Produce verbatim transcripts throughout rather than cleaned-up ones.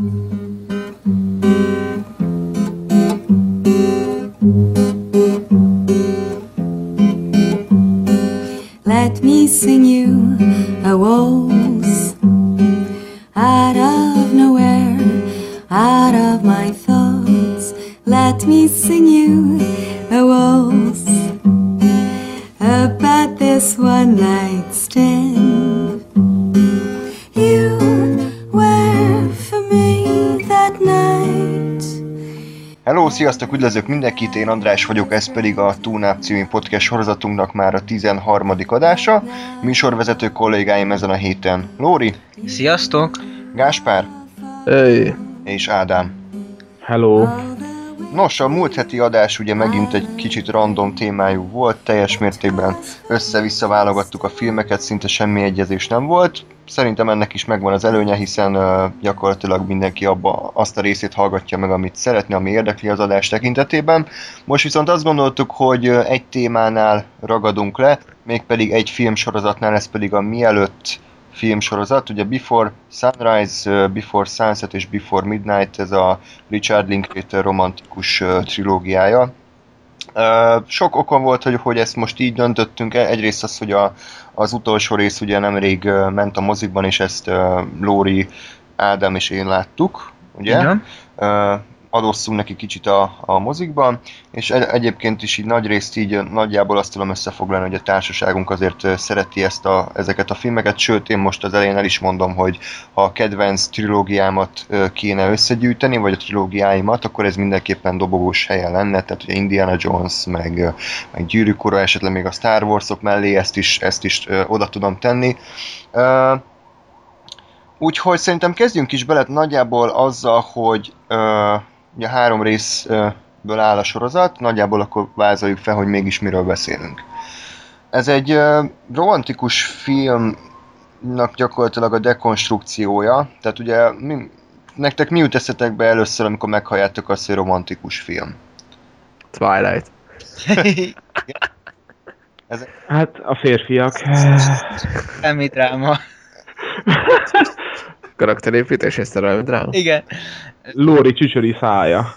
Let me sing you a waltz out of nowhere, out of my thoughts. Let me sing you a waltz about this one night stand. You were for me that night. Hello, sziasztok, üdvözlök mindenkit, én András vagyok, ez pedig a Tune Up című podcast sorozatunknak már a tizenharmadik adása. Műsorvezető kollégáim ezen a héten Lóri. Sziasztok! Gáspár. Hey. És Ádám. Hello. Nos, a múlt heti adás ugye megint egy kicsit random témájú volt, teljes mértékben össze-vissza válogattuk a filmeket, szinte semmi egyezés nem volt. Szerintem ennek is megvan az előnye, hiszen uh, gyakorlatilag mindenki abba azt a részét hallgatja meg, amit szeretne, ami érdekli az adás tekintetében. Most viszont azt gondoltuk, hogy uh, egy témánál ragadunk le, mégpedig egy filmsorozatnál, ez pedig a Mielőtt filmsorozat, ugye Before Sunrise, uh, Before Sunset és Before Midnight, ez a Richard Linklater romantikus uh, trilógiája. Uh, sok okom volt, hogy, hogy ezt most így döntöttünk. Egyrészt az, hogy a, az utolsó rész ugye nemrég uh, ment a mozikban, és ezt uh, Lóri, Ádám és én láttuk, ugye? Igen. Uh, adózzunk neki kicsit a, a mozikban, és egyébként is így nagy részt így nagyjából azt tudom összefoglalni, hogy a társaságunk azért szereti ezt a, ezeket a filmeket, sőt én most az elején el is mondom, hogy ha a kedvenc trilógiámat kéne összegyűjteni, vagy a trilógiáimat, akkor ez mindenképpen dobogós helyen lenne, tehát ugye Indiana Jones, meg, meg Gyűrűk ura, esetleg még a Star Warsok mellé ezt is, ezt is oda tudom tenni. Úgyhogy szerintem kezdjünk is bele nagyjából azzal, hogy ugye három részből áll a sorozat, nagyjából akkor vázoljuk fel, hogy mégis miről beszélünk. Ez egy uh, romantikus filmnak gyakorlatilag a dekonstrukciója, tehát ugye mi, nektek mi jut eszetek be először, amikor meghalljátok azt, hogy romantikus film? Twilight. Ez... Hát a férfiak. Semmi dráma. Karakterépítés, ez szerelmi dráma? Igen. Lóri csücsöri szája.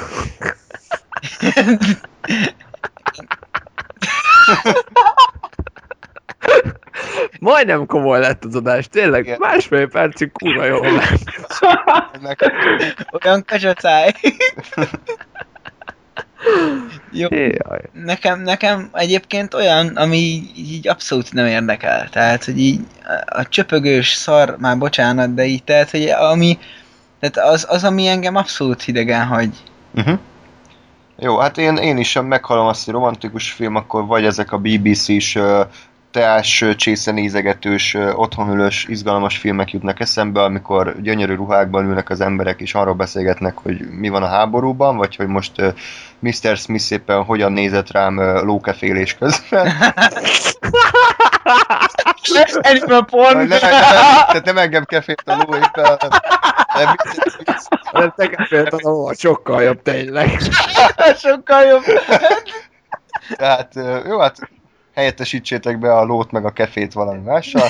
Majdnem komoly lett az adás, tényleg. Igen. Másfél percig kurva jól lett. Olyan kacsacáj. Jó. Nekem, nekem egyébként olyan, ami így abszolút nem érdekel. Tehát, hogy így a csöpögős szar, már bocsánat, de így, tehát, hogy ami, tehát az, az, ami engem abszolút hidegen hagy. Uh-huh. Jó, hát én, én is sem meghallom azt, hogy romantikus film, akkor vagy ezek a bé bé cés teás, csészenézegetős, otthonülős, izgalmas filmek jutnak eszembe, amikor gyönyörű ruhákban ülnek az emberek, és arról beszélgetnek, hogy mi van a háborúban, vagy hogy most uh, miszter Smith szépen hogyan nézett rám uh, lókefélés közben. Animal porn! Tehát nem engem kefélt a ló éppen, hanem nem te kefélt a ló, sokkal jobb tényleg. Sokkal jobb. Tehát uh, jó, hát helyettesítsétek be a lót meg a kefét valami mással.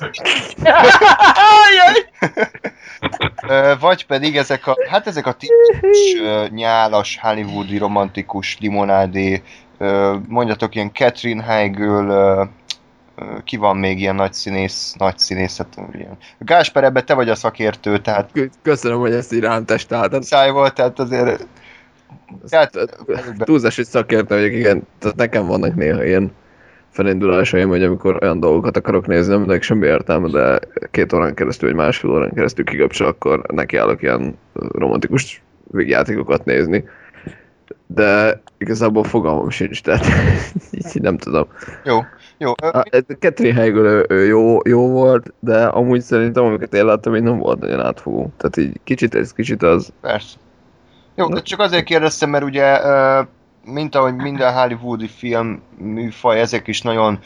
Vagy pedig ezek a, hát ezek a tipikus nyálas, hollywoodi, romantikus, limonádé, mondjatok ilyen Catherine Heigl, ki van még ilyen nagy színész, nagy színészet, ilyen. Gáspár, ebben te vagy a szakértő, tehát... Köszönöm, hogy ezt így rám testáltad. Száj volt, tehát azért... Tehát, túlzás, hogy szakértő vagyok, igen, tehát nekem vannak néha ilyen felindulásaim, hogy amikor olyan dolgokat akarok nézni, aminek semmi értelme, de két órán keresztül, vagy másfél órán keresztül kikapcsol, akkor nekiállok ilyen romantikus végjátékokat nézni. De igazából fogalmam sincs, tehát így nem tudom. Jó, jó. A Catherine Heigl jó, jó volt, de amúgy szerintem, amiket én láttam, így nem volt nagyon átfogó. Tehát így kicsit ez, kicsit az. Persze. Jó, de csak azért kérdeztem, mert ugye, mint ahogy minden hollywoodi film műfaj, ezek is nagyon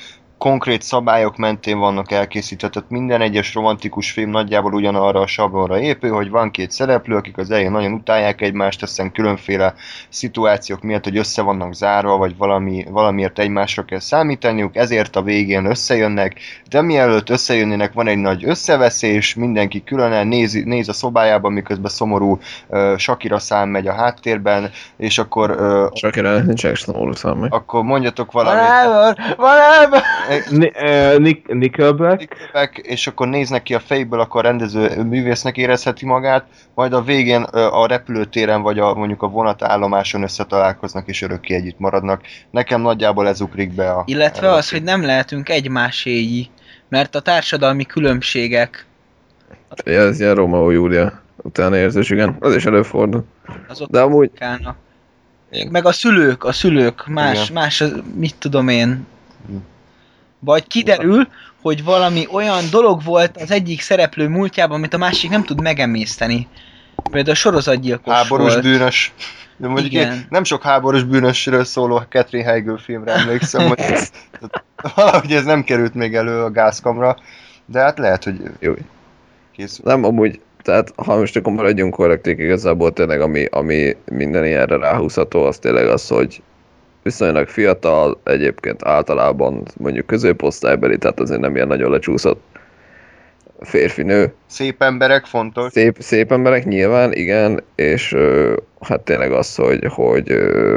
konkrét szabályok mentén vannak elkészítve, tehát minden egyes romantikus film nagyjából ugyanarra a sablonra épül, hogy van két szereplő, akik az elején nagyon utálják egymást, aztán különféle szituációk miatt, hogy össze vannak zárva, vagy valami, valamiért egymásra kell számítaniuk, ezért a végén összejönnek, de mielőtt összejönnének, van egy nagy összeveszés, mindenki külön néz, néz a szobájában, miközben szomorú uh, Shakira szám megy a háttérben, és akkor... Uh, Shakira nincsenek szomorú szám meg. Akkor mondjatok valamit. Whatever, whatever. Nick, Nickelback. Nickelback, és akkor néznek ki a fejből, akkor a rendező művésznek érezheti magát, majd a végén a repülőtéren vagy a, mondjuk a vonatállomáson összetalálkoznak és örökké együtt maradnak. Nekem nagyjából ez ukrik be a... Illetve az, hogy nem lehetünk egymáséi, mert a társadalmi különbségek... Ez ilyen Romeo Júlia utána érzés, igen. Az is előfordul. Azok de amúgy... Kálna. Meg a szülők, a szülők, más, igen. más, mit tudom én... Vagy kiderül, hogy valami olyan dolog volt az egyik szereplő múltjában, amit a másik nem tud megemészteni. Például a sorozatgyilkos háborús volt. bűnös. De mondjuk én nem sok háborús bűnösről szóló Catherine Heigl filmre emlékszem, hogy ez, valahogy ez nem került még elő a gázkamra, de hát lehet, hogy jó. Készül. Nem, amúgy, tehát ha most akkor maradjunk korrekték, igazából tényleg, ami, ami minden ilyenre ráhúzható, az tényleg az, hogy viszonylag fiatal, egyébként általában mondjuk középosztálybeli, tehát azért nem ilyen nagyon lecsúszott férfi-nő. Szép emberek, fontos. Szép, szép emberek nyilván, igen, és ö, hát tényleg az, hogy, hogy ö,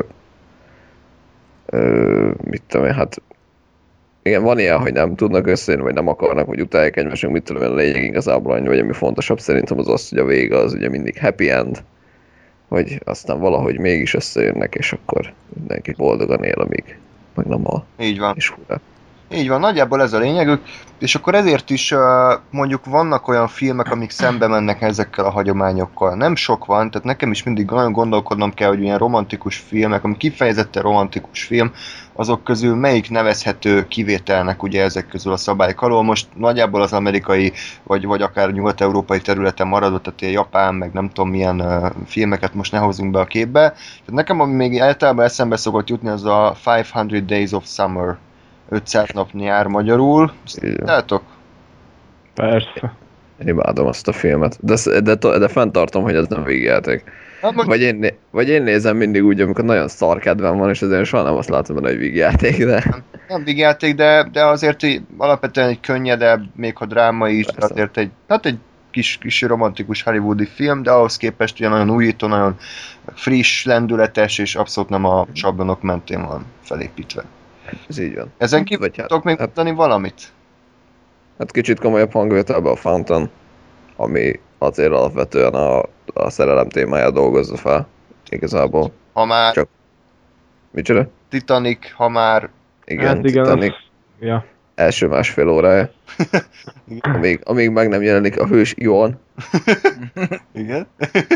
ö, mit tudom én, hát igen, van ilyen, hogy nem tudnak összejönni, vagy nem akarnak, vagy utálják egymásnak, mit tudom én, a lényeg igazából annyi, vagy ami fontosabb szerintem az az, hogy a vége az ugye mindig happy end, hogy aztán valahogy mégis összejönnek, és akkor mindenki boldogan él, amíg meg nem a... Így van. És hurrá. Így van, nagyjából ez a lényegük, és akkor ezért is uh, mondjuk vannak olyan filmek, amik szembe mennek ezekkel a hagyományokkal. Nem sok van, tehát nekem is mindig nagyon gondolkodnom kell, hogy ilyen romantikus filmek, ami kifejezetten romantikus film, azok közül melyik nevezhető kivételnek ugye ezek közül a szabályok alól. Most nagyjából az amerikai, vagy, vagy akár nyugat-európai területen maradott, tehát ilyen japán, meg nem tudom milyen uh, filmeket most ne hozzunk be a képbe. Tehát nekem, ami még általában eszembe szokott jutni, az a five hundred Days of Summer. ötszáz nap nyár magyarul. Látok? Persze. Én imádom azt a filmet. De, de, de fenntartom, hogy ez nem végjáték. Hát most... vagy, én, vagy én nézem mindig úgy, amikor nagyon szar kedvem van, és azért soha nem azt látom benne, hogy végjáték, de... Nem, nem végjáték, de, de azért egy, alapvetően egy könnyedebb, még ha dráma is, de azért egy, hát egy kis, kis romantikus hollywoodi film, de ahhoz képest ugye nagyon újító, nagyon friss, lendületes, és abszolút nem a sablonok mentén van felépítve. Ez így van. Ezen kívül tudok még hát, mondani valamit? Hát kicsit komolyabb hangvételben a Fountain, ami azért alapvetően a, a szerelem témáját dolgozza fel, igazából. Ha már... Csak... Micsoda? Titanic, ha már... Igen, hát igen, Titanic. Az... Ja. Első másfél órája. amíg, amíg meg nem jelenik a hős Johan. Igen.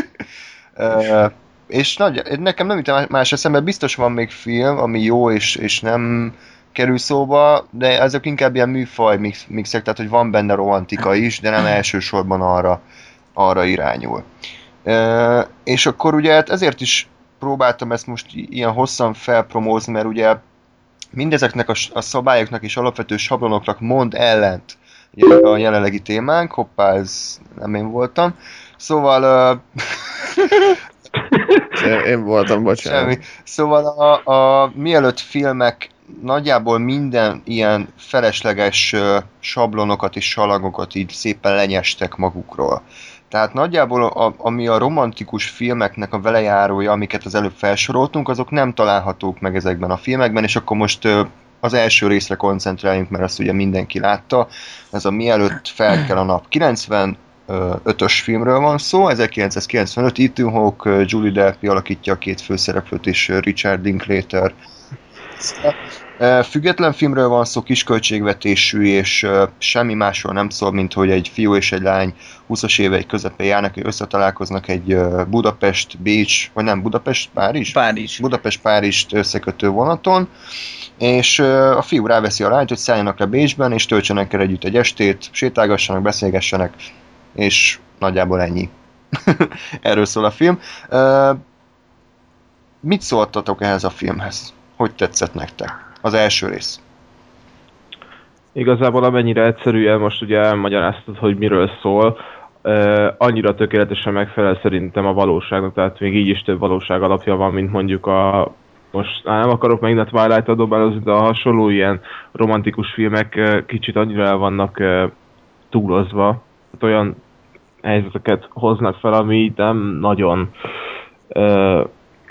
uh, és nagy, nekem nem jut más eszembe, biztos van még film, ami jó és, és nem kerül szóba, de ezek inkább ilyen műfaj mix, mixek, tehát hogy van benne romantika is, de nem elsősorban arra, arra irányul. Uh, és akkor ugye hát ezért is próbáltam ezt most ilyen hosszan felpromózni, mert ugye mindezeknek a, a szabályoknak és alapvető sablonoknak mond ellent ugye a jelenlegi témánk, hoppá, ez nem én voltam. Szóval... Uh, Én, én voltam, bocsánat. Semmi. Szóval a, a mielőtt filmek nagyjából minden ilyen felesleges uh, sablonokat és salagokat így szépen lenyestek magukról. Tehát nagyjából a, ami a romantikus filmeknek a velejárója, amiket az előbb felsoroltunk, azok nem találhatók meg ezekben a filmekben, és akkor most uh, az első részre koncentráljunk, mert azt ugye mindenki látta. Ez a Mielőtt felkel a nap. kilencvenötös filmről van szó, ezerkilencszázkilencvenöt, Ethan Hawke, Julie Delpy alakítja a két főszereplőt, és Richard Linklater. Független filmről van szó, kisköltségvetésű, és semmi másról nem szól, mint hogy egy fiú és egy lány húszas évei közepén járnak, és összetalálkoznak egy Budapest, Bécs, vagy nem, Budapest, Párizs? Párizs. Budapest-Párizst összekötő vonaton, és a fiú ráveszi a lányt, hogy szálljanak le Bécsben, és töltsenek el együtt egy estét, sétálgassanak, beszélgessenek, és nagyjából ennyi. Erről szól a film. Mit szóltatok ehhez a filmhez? Hogy tetszett nektek? Az első rész. Igazából amennyire egyszerűen most ugye elmagyaráztad, hogy miről szól, uh, annyira tökéletesen megfelel szerintem a valóságnak, tehát még így is több valóság alapja van, mint mondjuk a... Most á, nem akarok megint a Twilight-t dobálózni, de a hasonló ilyen romantikus filmek uh, kicsit annyira el vannak uh, túlozva, tehát olyan helyzeteket hoznak fel, ami nem nagyon uh,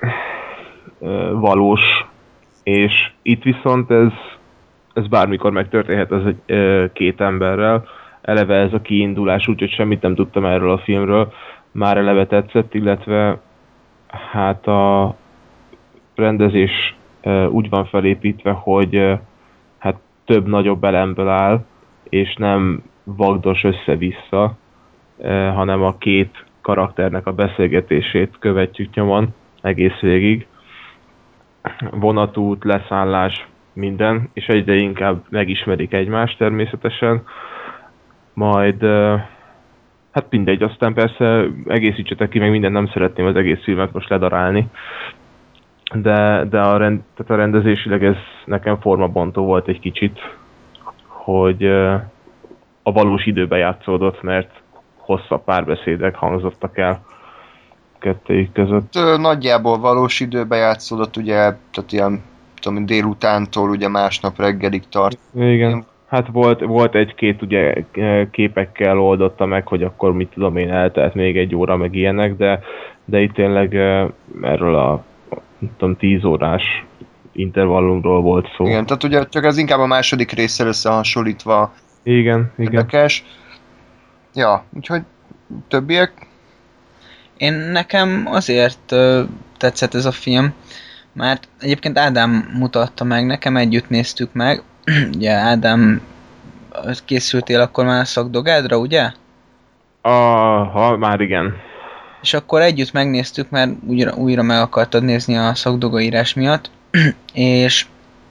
uh, valós, és itt viszont ez ez bármikor megtörténhet ez egy ö, két emberrel. Eleve ez a kiindulás, úgyhogy semmit nem tudtam erről a filmről. Már eleve tetszett, illetve hát a rendezés ö, úgy van felépítve, hogy ö, hát több nagyobb elemből áll, és nem vagdos össze-vissza, ö, hanem a két karakternek a beszélgetését követjük nyomon egész végig. Vonatút, leszállás, minden, és egyre inkább megismerik egymást természetesen, majd hát mindegy, aztán persze egészítsetek ki, meg mindent, nem szeretném az egész filmet most ledarálni, de, de a, rend, tehát a rendezésileg ez nekem formabontó volt egy kicsit, hogy a valós időben játszódott, mert hosszabb párbeszédek hangzottak el kettőjük között. Nagyjából valós időben játszódott, ugye, tehát ilyen tudom, délutántól ugye másnap reggelig tart. Igen. Hát volt, volt egy-két ugye képekkel oldotta meg, hogy akkor mit tudom én, eltelt még egy óra, meg ilyenek, de, de itt tényleg erről a tudom, tíz órás intervallumról volt szó. Igen, tehát ugye csak ez inkább a második résszel összehasonlítva igen, érdekes. Igen. Ja, úgyhogy többiek? Én nekem azért uh, tetszett ez a film, mert egyébként Ádám mutatta meg, nekem együtt néztük meg. Ugye Ádám, készültél akkor már a szakdogádra, ugye? Aha, már igen. És akkor együtt megnéztük, mert újra, újra meg akartad nézni a szakdogaírás miatt. És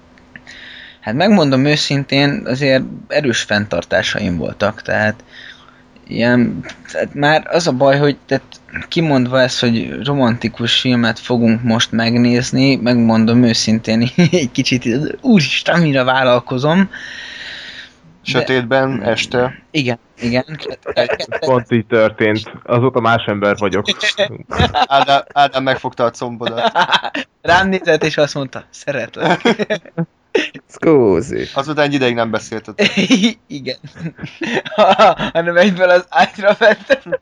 hát megmondom őszintén, azért erős fenntartásaim voltak, tehát ilyen, tehát már az a baj, hogy tehát kimondva ezt, hogy romantikus filmet fogunk most megnézni, megmondom őszintén egy kicsit, úristen, mire vállalkozom. Sötétben, de, este. Igen, igen. Pont így történt. Azóta más ember vagyok. Ádám, Ádám megfogta a combodat. Rám nézett és azt mondta, szeretlek. Szkózi. Azután egy ideig nem beszéltetek. Igen. Hanem egyből az ágyra vettem.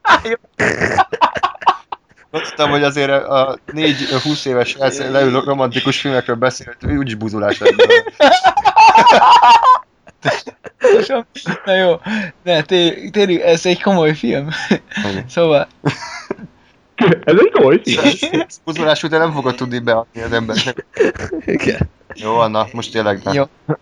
Mondtam, hogy azért a négy-húsz éves leülő romantikus filmekről beszélt, ő úgyis buzulás lett. Na jó, ne, tényleg, ez egy komoly film. Szóval... Ez egy komoly film. Buzulás után nem fogod tudni beadni az embernek. Igen. Jó, Anna, most tényleg nem. Jó.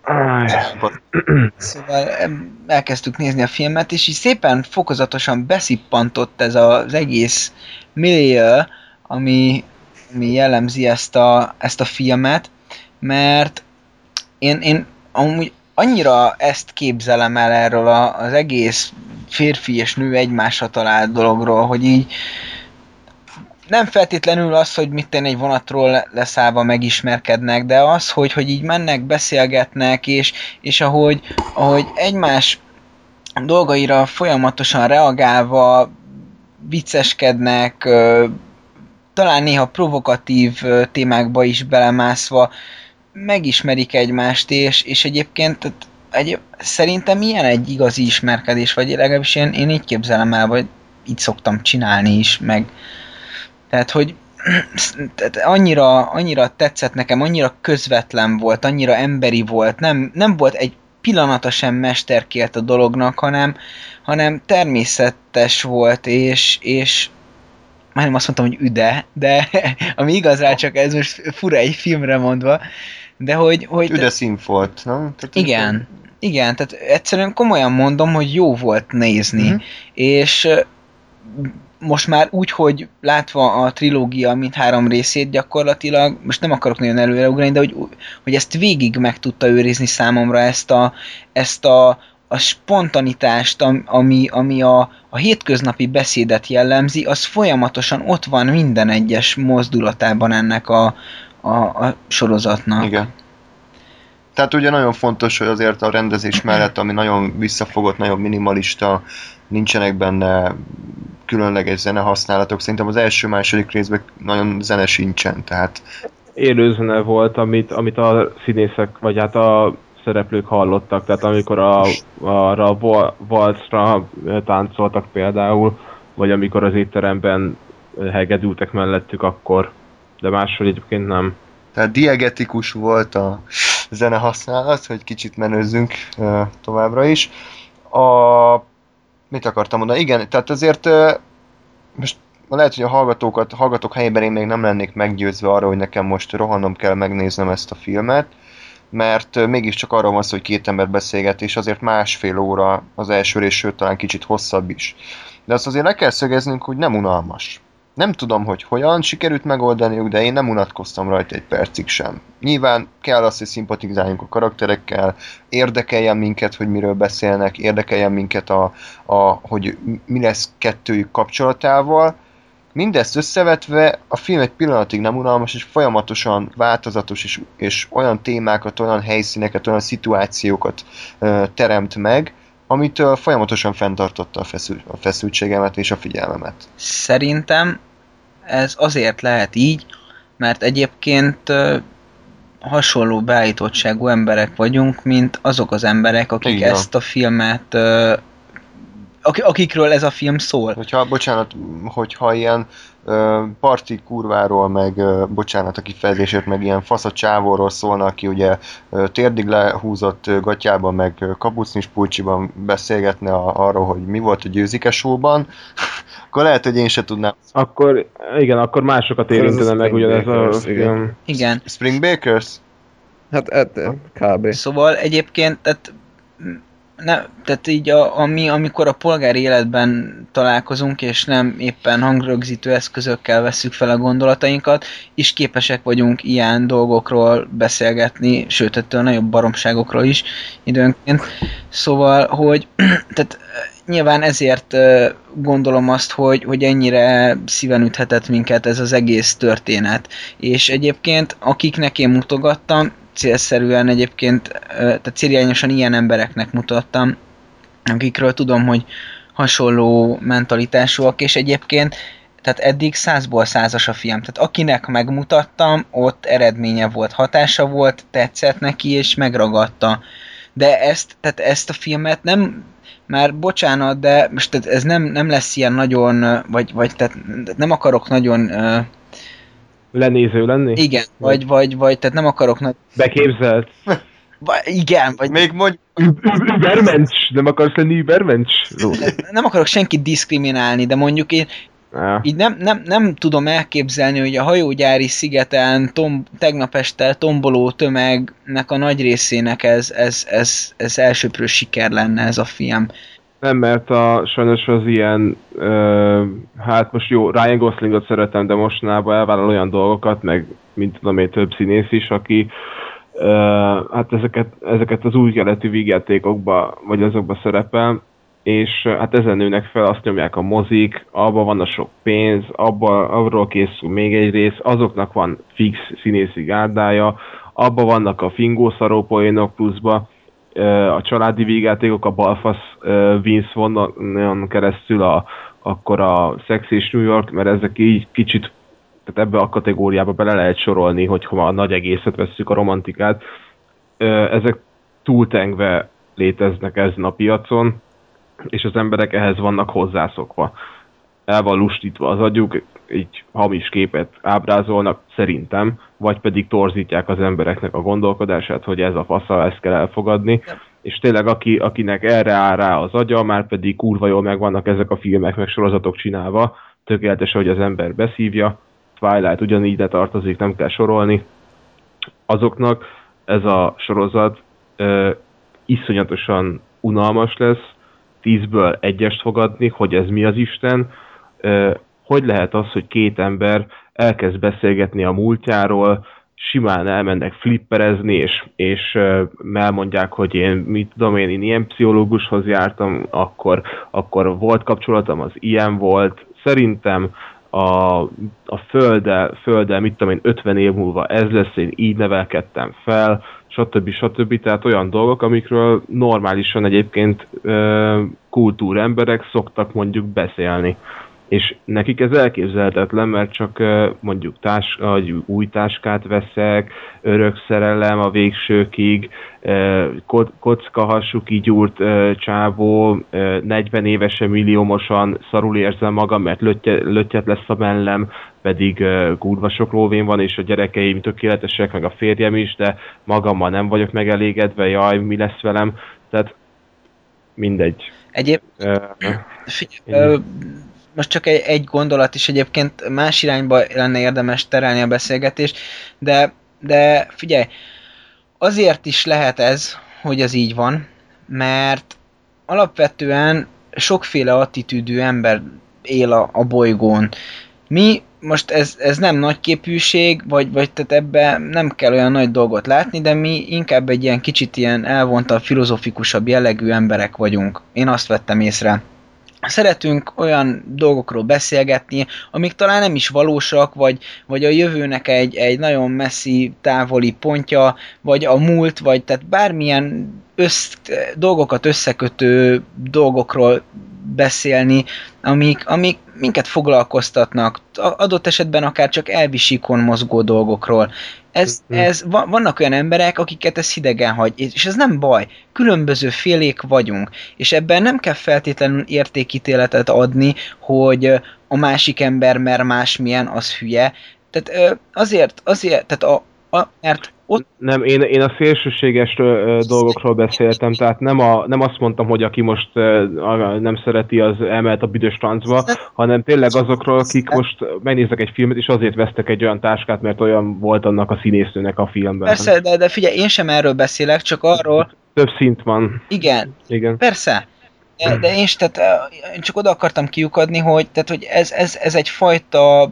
Szóval elkezdtük nézni a filmet, és így szépen fokozatosan beszippantott ez az egész millió, ami, ami jellemzi ezt a, ezt a filmet, mert én, én amúgy annyira ezt képzelem el erről a, az egész férfi és nő egymásra talált dologról, hogy így nem feltétlenül az, hogy mit tenni egy vonatról leszállva megismerkednek, de az, hogy, hogy így mennek, beszélgetnek, és, és ahogy, ahogy egymás dolgaira folyamatosan reagálva vicceskednek, talán néha provokatív témákba is belemászva megismerik egymást, és, és egyébként egy, szerintem ilyen egy igazi ismerkedés, vagy legalábbis én, én így képzelem el, vagy így szoktam csinálni is, meg tehát, hogy tehát annyira, annyira tetszett nekem, annyira közvetlen volt, annyira emberi volt, nem, nem volt egy pillanata sem mesterkélt a dolognak, hanem, hanem természetes volt, és, és már nem azt mondtam, hogy üde, de ami igaz rá, csak ez most fura egy filmre mondva, de hogy... hogy üde színf volt, nem? Tehát igen, igen, tehát egyszerűen komolyan mondom, hogy jó volt nézni, mm-hmm. és most már úgy, hogy látva a trilógia mindhárom részét gyakorlatilag, most nem akarok nagyon előreugrani, de hogy, hogy ezt végig meg tudta őrizni számomra ezt a, ezt a, a spontanitást, ami, ami a, a hétköznapi beszédet jellemzi, az folyamatosan ott van minden egyes mozdulatában ennek a, a, a sorozatnak. Igen. Tehát ugye nagyon fontos, hogy azért a rendezés mellett, ami nagyon visszafogott, nagyon minimalista, nincsenek benne különleges zenehasználatok. Szerintem az első-második részben nagyon zene sincsen, tehát... Élőzene volt, amit, amit a színészek, vagy hát a szereplők hallottak, tehát amikor a, arra a valcra táncoltak például, vagy amikor az étteremben hegedültek mellettük akkor, de máshol egyébként nem. Tehát diegetikus volt a zene használat, hogy kicsit menőzzünk uh, továbbra is. A... Mit akartam mondani? Igen, tehát azért uh, most lehet, hogy a hallgatókat, hallgatók helyében én még nem lennék meggyőzve arra, hogy nekem most rohannom kell megnéznem ezt a filmet, mert uh, mégiscsak arról van szó, hogy két ember beszélget, és azért másfél óra az első rész, sőt talán kicsit hosszabb is. De azt azért le kell szögeznünk, hogy nem unalmas. Nem tudom, hogy hogyan sikerült megoldaniuk, de én nem unatkoztam rajta egy percig sem. Nyilván kell az, hogy szimpatizáljunk a karakterekkel, érdekeljen minket, hogy miről beszélnek, érdekeljen minket, a, a, hogy mi lesz kettőjük kapcsolatával. Mindezt összevetve a film egy pillanatig nem unalmas, és folyamatosan változatos, és, és olyan témákat, olyan helyszíneket, olyan szituációkat ö, teremt meg, amitől folyamatosan fenntartotta a, feszül, a feszültségemet és a figyelmemet. Szerintem ez azért lehet így, mert egyébként uh, hasonló beállítottságú emberek vagyunk, mint azok az emberek, akik igen. ezt a filmet, uh, akikről ez a film szól. Hogyha, bocsánat, hogyha ilyen uh, parti kurváról, meg uh, bocsánat a kifejezésért, meg ilyen fasz a csávóról szólna, aki ugye uh, térdig lehúzott uh, gatyában, meg uh, kapucnis pulcsiban beszélgetne a, arról, hogy mi volt a Győzike show-ban, akkor lehet, hogy én se tudnám. Akkor, igen, akkor másokat érintene meg ugyanez a film. Igen. Spring Bakers? Hát, hát kb. Szóval egyébként, tehát Ne, tehát így a, ami, amikor a polgári életben találkozunk, és nem éppen hangrögzítő eszközökkel vesszük fel a gondolatainkat, és képesek vagyunk ilyen dolgokról beszélgetni, sőt, ettől nagyobb baromságokról is időnként. Szóval, hogy tehát nyilván ezért gondolom azt, hogy, hogy ennyire szíven üthetett minket ez az egész történet. És egyébként, akiknek én mutogattam, célszerűen egyébként, tehát célirányosan ilyen embereknek mutattam, akikről tudom, hogy hasonló mentalitásúak, és egyébként tehát eddig százból százas a film. Tehát akinek megmutattam, ott eredménye volt, hatása volt, tetszett neki, és megragadta. De ezt, tehát ezt a filmet nem, már bocsánat, de most tehát ez nem, nem lesz ilyen nagyon, vagy, vagy tehát nem akarok nagyon lenéző lenni? Igen, vagy, vagy, vagy, tehát nem akarok nagy... Beképzelt? Vagy, igen, vagy... Még mondj... Übermensch! Nem akarsz lenni Übermensch? Nem akarok senkit diszkriminálni, de mondjuk én ja. így nem, nem, nem tudom elképzelni, hogy a hajógyári szigeten tom, tegnap este tomboló tömegnek a nagy részének ez, ez, ez, ez elsőprő siker lenne ez a film. Nem, mert a, sajnos az ilyen, ö, hát most jó, Ryan Goslingot szeretem, de mostanában elvállal olyan dolgokat, meg mint tudom én több színész is, aki ö, hát ezeket, ezeket az új keletű vígjátékokba, vagy azokba szerepel, és hát ezen nőnek fel, azt nyomják a mozik, abban van a sok pénz, abba, arról készül még egy rész, azoknak van fix színészi gárdája, abban vannak a fingószaró poénok pluszba, a családi vígjátékok, a balfasz Vince Vaughn keresztül, a, akkor a Sex és New York, mert ezek így kicsit, tehát ebbe a kategóriába bele lehet sorolni, hogyha a nagy egészet vesszük, a romantikát. Ezek túltengve léteznek ezen a piacon, és az emberek ehhez vannak hozzászokva. El van lustítva az agyuk, így hamis képet ábrázolnak, szerintem, vagy pedig torzítják az embereknek a gondolkodását, hogy ez a fasza, ezt kell elfogadni. Ja. És tényleg aki, akinek erre áll rá az agya, már pedig kurva jól megvannak ezek a filmek, meg sorozatok csinálva, tökéletes, hogy az ember beszívja, Twilight ugyanígy ide tartozik, nem kell sorolni. Azoknak ez a sorozat ö, iszonyatosan unalmas lesz, tízből egyest fogadni, hogy ez mi az Isten, ö, hogy lehet az, hogy két ember elkezd beszélgetni a múltjáról, simán elmennek flipperezni, és, és elmondják, hogy én, mit tudom én, én ilyen pszichológushoz jártam, akkor, akkor volt kapcsolatom, az ilyen volt. Szerintem a, a földdel, földdel, mit tudom én, ötven év múlva ez lesz, én így nevelkedtem fel, stb. stb. Tehát olyan dolgok, amikről normálisan egyébként kultúremberek szoktak mondjuk beszélni. És nekik ez elképzelhetetlen, mert csak mondjuk tás, új táskát veszek, örök szerelem a végsőkig, kockahasú kigyúrt csávó, negyven évesen milliómosan szarul érzem magam, mert löttyet lesz a mellem, pedig kurva sok lóvén van, és a gyerekeim tökéletesek, meg a férjem is, de magammal nem vagyok megelégedve, jaj, mi lesz velem. Tehát mindegy. Egyéb... Uh, figyelj, most csak egy, egy gondolat is, egyébként más irányba lenne érdemes terelni a beszélgetést, de, de figyelj, azért is lehet ez, hogy ez így van, mert alapvetően sokféle attitűdű ember él a, a bolygón. Mi, most ez, ez nem nagyképűség, vagy, vagy tehát ebben nem kell olyan nagy dolgot látni, de mi inkább egy ilyen kicsit ilyen elvontabb, filozofikusabb jellegű emberek vagyunk. Én azt vettem észre. Szeretünk olyan dolgokról beszélgetni, amik talán nem is valósak, vagy, vagy a jövőnek egy, egy nagyon messzi, távoli pontja, vagy a múlt, vagy tehát bármilyen össz, dolgokat összekötő dolgokról beszélni, amik, amik minket foglalkoztatnak, adott esetben akár csak elvisikon mozgó dolgokról. Ez, ez, vannak olyan emberek, akiket ez hidegen hagy, és ez nem baj. Különböző félék vagyunk, és ebben nem kell feltétlenül értékítéletet adni, hogy a másik ember, mert másmilyen, az hülye. Tehát azért, azért, tehát a, a, mert ott... Nem, én, én a szélsőséges ö, dolgokról beszéltem, tehát nem, a, nem azt mondtam, hogy aki most ö, nem szereti, az elmehet a büdös táncba, hanem tényleg azokról, akik most megnéznek egy filmet, és azért vesztek egy olyan táskát, mert olyan volt annak a színésznőnek a filmben. Persze, de, de figyelj, én sem erről beszélek, csak arról... Több szint van. Igen, Igen. Persze. De, de én, tehát, én csak oda akartam kiukadni, hogy, tehát, hogy ez, ez, ez egyfajta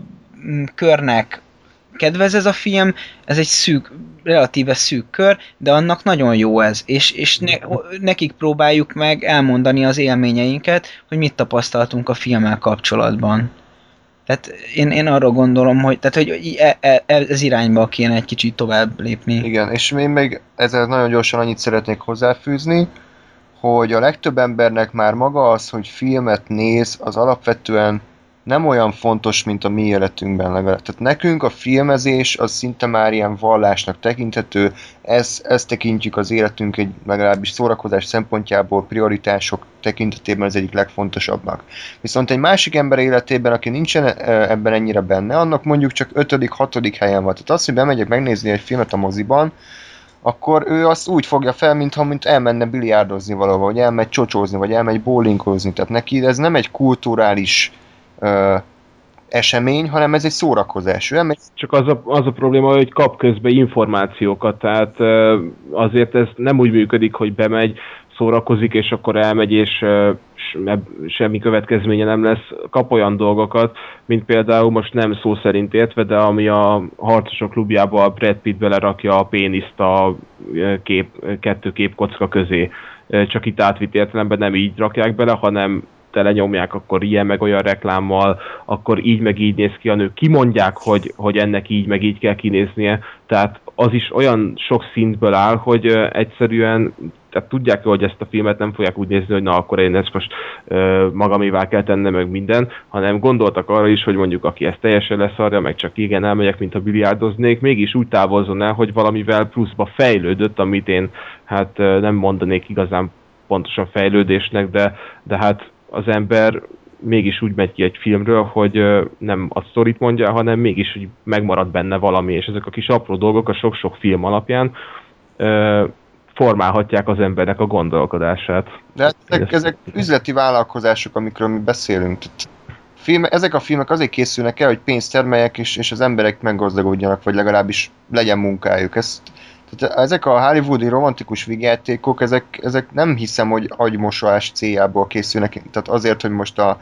körnek kedvez ez a film, ez egy szűk, relatíve szűk kör, de annak nagyon jó ez, és, és ne, nekik próbáljuk meg elmondani az élményeinket, hogy mit tapasztaltunk a filmmel kapcsolatban. Tehát én, én arra gondolom, hogy, tehát, hogy e, e, ez irányba kéne egy kicsit tovább lépni. Igen, és én még ezzel nagyon gyorsan annyit szeretnék hozzáfűzni, hogy a legtöbb embernek már maga az, hogy filmet néz, az alapvetően nem olyan fontos, mint a mi életünkben legalább. Tehát nekünk a filmezés az szinte már ilyen vallásnak tekinthető, ezt, ezt tekintjük az életünk egy legalábbis szórakozás szempontjából, prioritások tekintetében az egyik legfontosabbnak. Viszont egy másik ember életében, aki nincsen ebben ennyire benne, annak mondjuk csak ötödik, hatodik helyen van. Tehát az, hogy bemegyek megnézni egy filmet a moziban, akkor ő azt úgy fogja fel, mintha mint elmenne biliárdozni valahol, vagy elmegy csocsózni, vagy elmegy bowlingozni. Tehát neki ez nem egy kulturális Ö, esemény, hanem ez egy szórakozás. Ő Csak az a, az a probléma, hogy kap közben információkat, tehát ö, azért ez nem úgy működik, hogy bemegy, szórakozik, és akkor elmegy, és ö, semmi következménye nem lesz. Kap olyan dolgokat, mint például most nem szó szerint értve, de ami a Harcosok klubjába a Brad Pitt belerakja a péniszt a kép, kettő képkocka közé. Csak itt átvitt értelemben nem így rakják bele, hanem telenyomják, akkor ilyen meg olyan reklámmal, akkor így meg így néz ki a nő. Kimondják, hogy, hogy ennek így meg így kell kinéznie, tehát az is olyan sok szintből áll, hogy uh, egyszerűen tehát tudják, hogy ezt a filmet nem fogják úgy nézni, hogy na akkor én ezt most uh, magamévá kell tennem, meg minden, hanem gondoltak arra is, hogy mondjuk aki ezt teljesen leszarja, meg csak igen elmegyek, mint a biliárdoznék, mégis úgy távozzon el, hogy valamivel pluszba fejlődött, amit én hát uh, nem mondanék igazán pontosan fejlődésnek, de, de hát az ember mégis úgy megy ki egy filmről, hogy nem a sztorit mondja, hanem mégis úgy megmarad benne valami, és ezek a kis apró dolgok a sok-sok film alapján ö, formálhatják az embernek a gondolkodását. De hát ezek, ezek üzleti vállalkozások, amikről mi beszélünk. Film, ezek a filmek azért készülnek el, hogy pénzt termeljek, és, és az emberek meggazdagodjanak, vagy legalábbis legyen munkájuk. Ezt, tehát ezek a hollywoodi romantikus vígjátékok, ezek, ezek nem hiszem, hogy agymosás céljából készülnek. Tehát azért, hogy most a,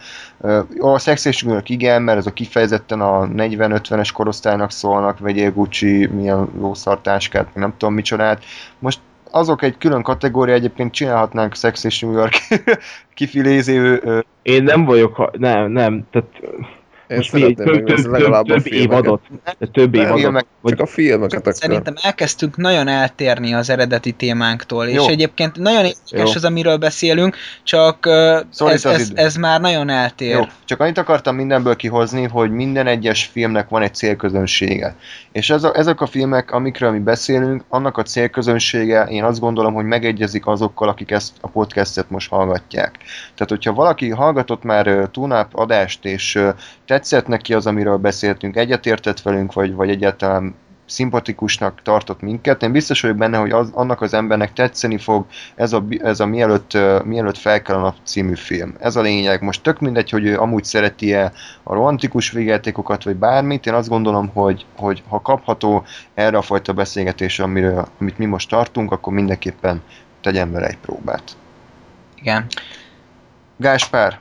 a szexésüknek igen, mert ez a kifejezetten a negyven-ötvenes korosztálynak szólnak, vegyél Gucci, milyen lószartáskát, nem tudom micsodát. Most azok egy külön kategória, egyébként csinálhatnánk Sex és New York kifiléző... Én nem vagyok, nem, nem, tehát... Én most szeretném megnézni legalább a több évadot. Több évadot. Vagy... Csak a filmeket akkor. Szerintem elkezdtünk nagyon eltérni az eredeti témánktól, Jó. és egyébként nagyon érdekes az, amiről beszélünk, csak uh, ez, ez, ez már nagyon eltér. Jó, csak annyit akartam mindenből kihozni, hogy minden egyes filmnek van egy célközönsége. És ez a, ezek a filmek, amikről mi beszélünk, annak a célközönsége, én azt gondolom, hogy megegyezik azokkal, akik ezt a podcastet most hallgatják. Tehát, hogyha valaki hallgatott már uh, Tune-Up adást, és uh, tetszett neki az, amiről beszéltünk, egyetértett velünk, vagy, vagy egyáltalán szimpatikusnak tartott minket. Én biztos vagyok benne, hogy az, annak az embernek tetszeni fog ez a, ez a mielőtt, uh, mielőtt fel kell a nap című film. Ez a lényeg. Most tök mindegy, hogy ő amúgy szereti-e a romantikus végjátékokat, vagy bármit. Én azt gondolom, hogy, hogy ha kapható erre a fajta beszélgetésre, amiről, amit mi most tartunk, akkor mindenképpen tegyen vele egy próbát. Igen. Gáspár,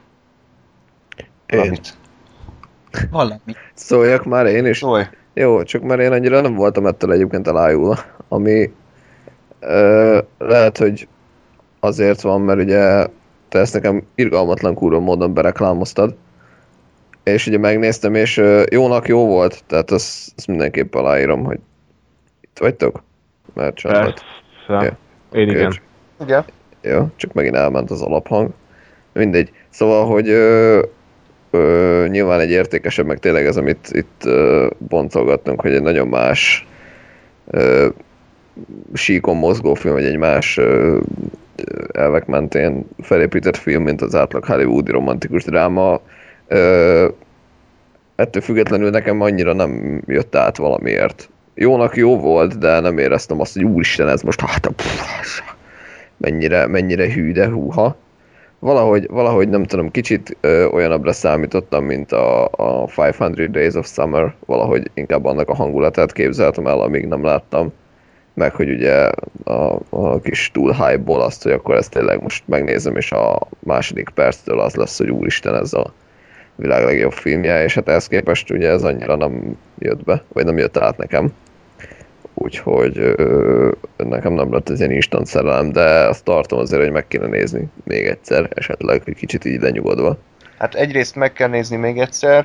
valamit. Valami. Szóljak már én is? Szólj. Jó, csak mert én annyira nem voltam ettől egyébként elájulva, ami ö, lehet, hogy azért van, mert ugye te ezt nekem irgalmatlan kurva módon bereklámoztad, és ugye megnéztem, és ö, jónak jó volt, tehát azt, azt mindenképp aláírom, hogy itt vagytok? Mert család. Ja. Én igen. Igen. Jó, csak megint elment az alaphang. Mindegy. Szóval, hogy ö, Ö, nyilván egy értékesebb, meg tényleg ez, amit itt ö, boncolgattunk, hogy egy nagyon más ö, síkon mozgó film, vagy egy más ö, elvek mentén felépített film, mint az átlag hollywoodi romantikus dráma. Ö, ettől függetlenül nekem annyira nem jött át valamiért. Jónak jó volt, de nem éreztem azt, hogy úristen, ez most hát, pff, mennyire, mennyire hű, de húha. Valahogy, valahogy nem tudom, kicsit ö, olyanabbra számítottam, mint a, a five-hundred Days of Summer, valahogy inkább annak a hangulatát képzeltem el, amíg nem láttam, meg hogy ugye a, a kis túl hype-ból azt, hogy akkor ezt tényleg most megnézem, és a második perctől az lesz, hogy úristen, ez a világ legjobb filmje, és hát ehhez képest ugye ez annyira nem jött be, vagy nem jött át nekem. Úgyhogy ö, nekem nem lett ez ilyen instant szerelem, de azt tartom azért, hogy meg kéne nézni még egyszer, esetleg, hogy kicsit így lenyugodva. Hát egyrészt meg kell nézni még egyszer,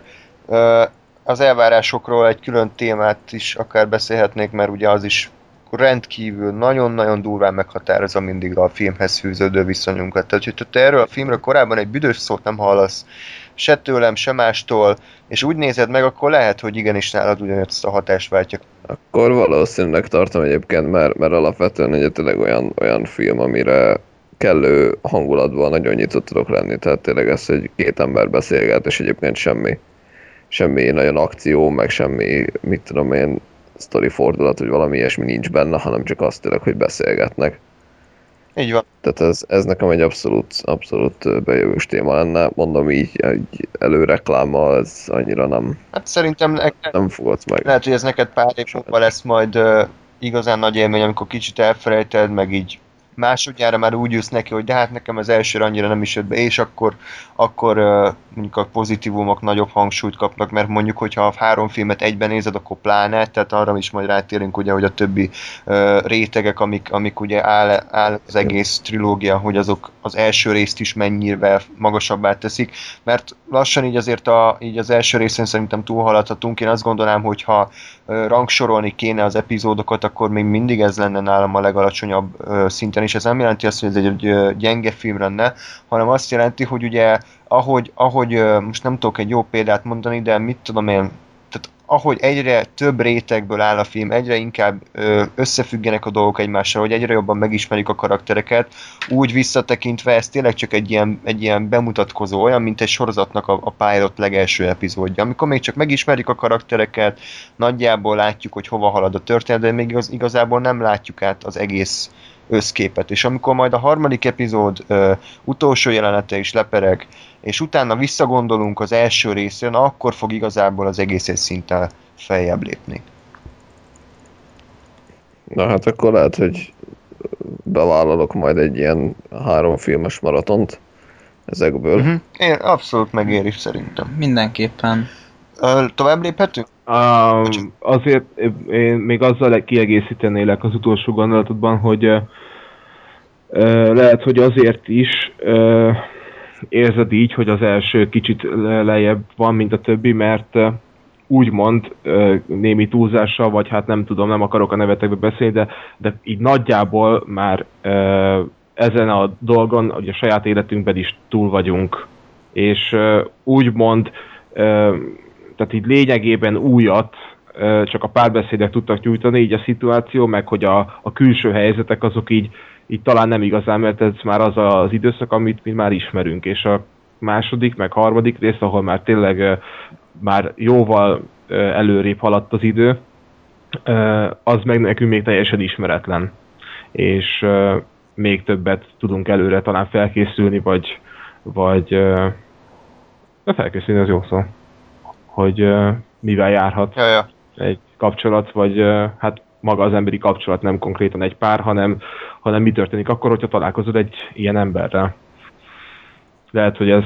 az elvárásokról egy külön témát is akár beszélhetnék, mert ugye az is rendkívül nagyon-nagyon durván meghatározza mindig a filmhez fűződő viszonyunkat. Tehát, hogy te erről a filmről korábban egy büdös szót nem hallasz, se tőlem, se mástól, és úgy nézed meg, akkor lehet, hogy igenis nálad ugyanazt a hatást váltja. Akkor valószínűleg tartom egyébként, mert, mert alapvetően ugye tényleg olyan, olyan film, amire kellő hangulatban nagyon nyitott tudok lenni, tehát tényleg ez, hogy két ember beszélget, és egyébként semmi, semmi nagyon akció, meg semmi, mit tudom én, sztori fordulat, hogy valami ilyesmi nincs benne, hanem csak azt tényleg, hogy beszélgetnek. Így van. Tehát ez, ez nekem egy abszolút, abszolút bejövős téma lenne. Mondom így, egy előreklámmal ez annyira nem, hát szerintem neked, nem fogott meg. lehet, hogy ez neked pár év múlva lesz majd uh, igazán nagy élmény, amikor kicsit elfelejted, meg így másodjára már úgy jössz neki, hogy de hát nekem az elsőre annyira nem is jött be, és akkor, akkor uh, mondjuk a pozitívumok nagyobb hangsúlyt kapnak, mert mondjuk, hogyha a három filmet egyben nézed, akkor pláne, tehát arra is majd rátérünk, ugye, hogy a többi uh, rétegek, amik, amik ugye áll, áll az egész trilógia, hogy azok az első részt is mennyire magasabbá teszik, mert lassan így azért a, így az első részén szerintem túlhaladhatunk. Én azt gondolnám, hogy ha uh, rangsorolni kéne az epizódokat, akkor még mindig ez lenne nálam a legalacsonyabb uh, szinten, és ez nem jelenti azt, hogy ez egy uh, gyenge film lenne, hanem azt jelenti, hogy ugye ahogy, ahogy uh, most nem tudok egy jó példát mondani, de mit tudom én, tehát ahogy egyre több rétegből áll a film, egyre inkább ö, összefüggenek a dolgok egymással, hogy egyre jobban megismerjük a karaktereket, úgy visszatekintve ez tényleg csak egy ilyen, egy ilyen bemutatkozó, olyan, mint egy sorozatnak a, a pilot legelső epizódja. Amikor még csak megismerjük a karaktereket, nagyjából látjuk, hogy hova halad a történet, de még igaz, igazából nem látjuk át az egész összképet. És amikor majd a harmadik epizód ö, utolsó jelenete is lepereg, és utána visszagondolunk az első részre, na akkor fog igazából az egész egy szinten feljebb lépni. Na hát akkor lehet, hogy bevállalok majd egy ilyen három filmes maratont ezekből. Uh-huh. Én abszolút megéri szerintem. Mindenképpen. Ö, tovább léphetünk? Um, azért én még azzal kiegészítenélek az utolsó gondolatodban, hogy uh, lehet, hogy azért is uh, érzed így, hogy az első kicsit lejjebb van, mint a többi, mert uh, úgymond némi túlzással, vagy hát nem tudom, nem akarok a nevetekbe beszélni, de, de így nagyjából már ezen a dolgon, hogy a saját életünkben is túl vagyunk. És úgymond, tehát így lényegében újat csak a párbeszédek tudtak nyújtani, így a szituáció, meg hogy a, a külső helyzetek azok így, így talán nem igazán, mert ez már az az időszak, amit mi már ismerünk, és a második, meg harmadik rész, ahol már tényleg már jóval előrébb haladt az idő, az meg nekünk még teljesen ismeretlen. És még többet tudunk előre talán felkészülni, vagy, vagy de felkészülni az jó szó, hogy mivel járhat ja, ja. egy kapcsolat, vagy hát maga az emberi kapcsolat, nem konkrétan egy pár, hanem, hanem mi történik akkor, hogyha találkozod egy ilyen emberrel. Lehet, hogy ez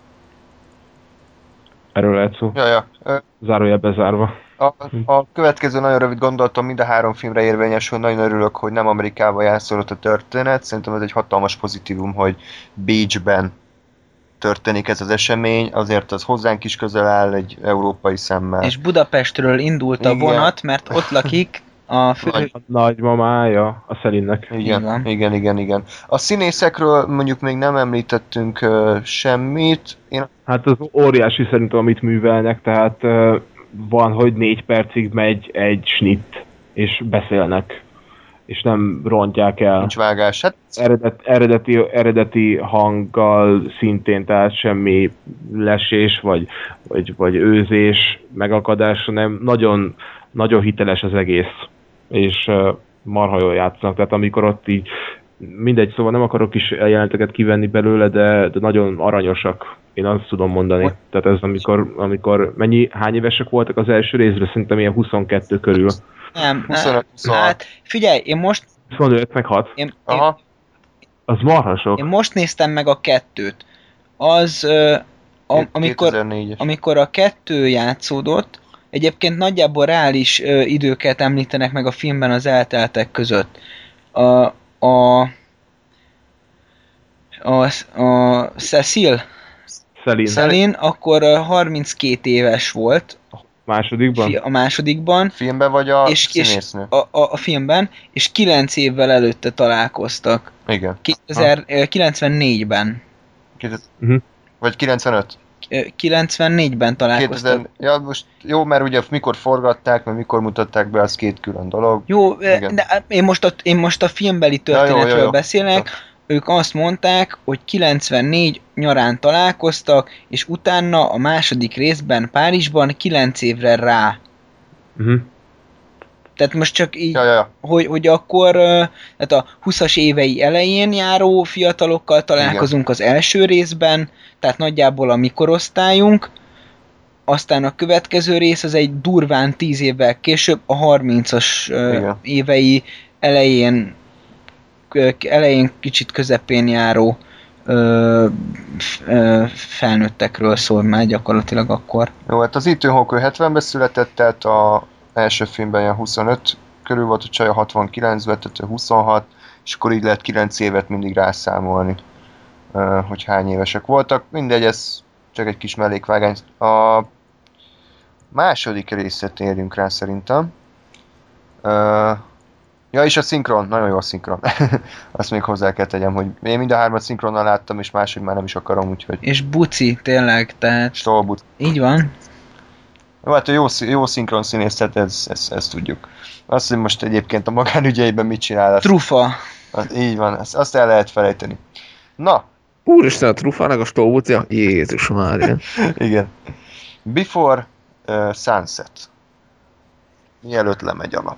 erről lehet szó. Ja, ja. Zárójel bezárva. A, a következő nagyon rövid gondolatom mind a három filmre érvényes, hogy nagyon örülök, hogy nem Amerikában játszódott a történet. Szerintem ez egy hatalmas pozitívum, hogy Bécsben történik ez az esemény, azért az hozzánk is közel áll egy európai szemmel. És Budapestről indult a igen. vonat, mert ott lakik a fő... Nagy, nagymamája a Szelinnek. Igen, igen, igen, igen. A színészekről mondjuk még nem említettünk uh, semmit. Én... Hát az óriási szerintem, amit művelnek, tehát uh, van, hogy négy percig megy egy snitt, és beszélnek, és nem rontják el. Nincs vágás. Hát... Eredet, eredeti, eredeti hanggal szintén, tehát semmi lesés, vagy, vagy, vagy őzés, megakadás, hanem nagyon, nagyon hiteles az egész, és uh, marha jól játszanak, tehát amikor ott így, mindegy, szóval nem akarok is jeleneteket kivenni belőle, de, de nagyon aranyosak, én azt tudom mondani. Tehát ez amikor, amikor mennyi, hány évesek voltak az első részre, szerintem ilyen huszonkettő körül. Nem, huszonöt, hát figyelj, én most... huszonöt meg hat. Én, Aha. én, az marha sok. én most néztem meg a kettőt. Az, uh, a, amikor, amikor a kettő játszódott, egyébként nagyjából reális uh, időket említenek meg a filmben az elteltek között. A, a, a, a Cecil, Szelin. Szelin akkor uh, harminckét éves volt. Másodikban? A másodikban. Filmben vagy a és, színésznő? És a, a, a filmben, és kilenc évvel előtte találkoztak. Igen. kétezer-kilencvennégyben. Uh-huh. Vagy kilencvenöt? kilencvennégyben találkoztak. kétezer Ja, most jó, mert ugye mikor forgatták, mert mikor mutatták be, az két külön dolog. Jó, de én most, a, én most a filmbeli történetről ja, jó, jó, jó. beszélek. Ők azt mondták, hogy kilencvennégy nyarán találkoztak, és utána a második részben Párizsban kilenc évre rá. Uh-huh. Tehát most csak így, ja, ja, ja. Hogy, hogy akkor tehát a huszas évei elején járó fiatalokkal találkozunk igen. az első részben, tehát nagyjából a mi korosztályunk, aztán a következő rész az egy durván tíz évvel később, a harmincas igen. évei elején elején kicsit közepén járó ö, ö, felnőttekről szól már gyakorlatilag akkor. Jó, hát az Ethan Hawke hetvenben született, tehát a első filmben ilyen huszonöt körül volt, a csaj a hatvankilencben, tehát huszonhat, és akkor így lehet kilenc évet mindig rászámolni, ö, hogy hány évesek voltak. Mindegy, ez csak egy kis mellékvágány. A második részre térjünk rá szerintem. Ö, Ja, és a szinkron, nagyon jó a szinkron. Azt még hozzá kell tegyem, hogy én mind a hármat szinkronnal láttam, és máshogy már nem is akarom, úgyhogy... És buci, tényleg, tehát... Stolbuci. Így van. Jó, hát a jó, jó szinkron színészet, ez, ez, ezt tudjuk. Azt, hogy most egyébként a magánügyeiben mit csinál... Azt, Trufa. Az, így van, azt, azt el lehet felejteni. Na! Úristen, a Trufának a Stolbucia? Jézus már. Igen. Before uh, Sunset. Mielőtt lemegy a nap.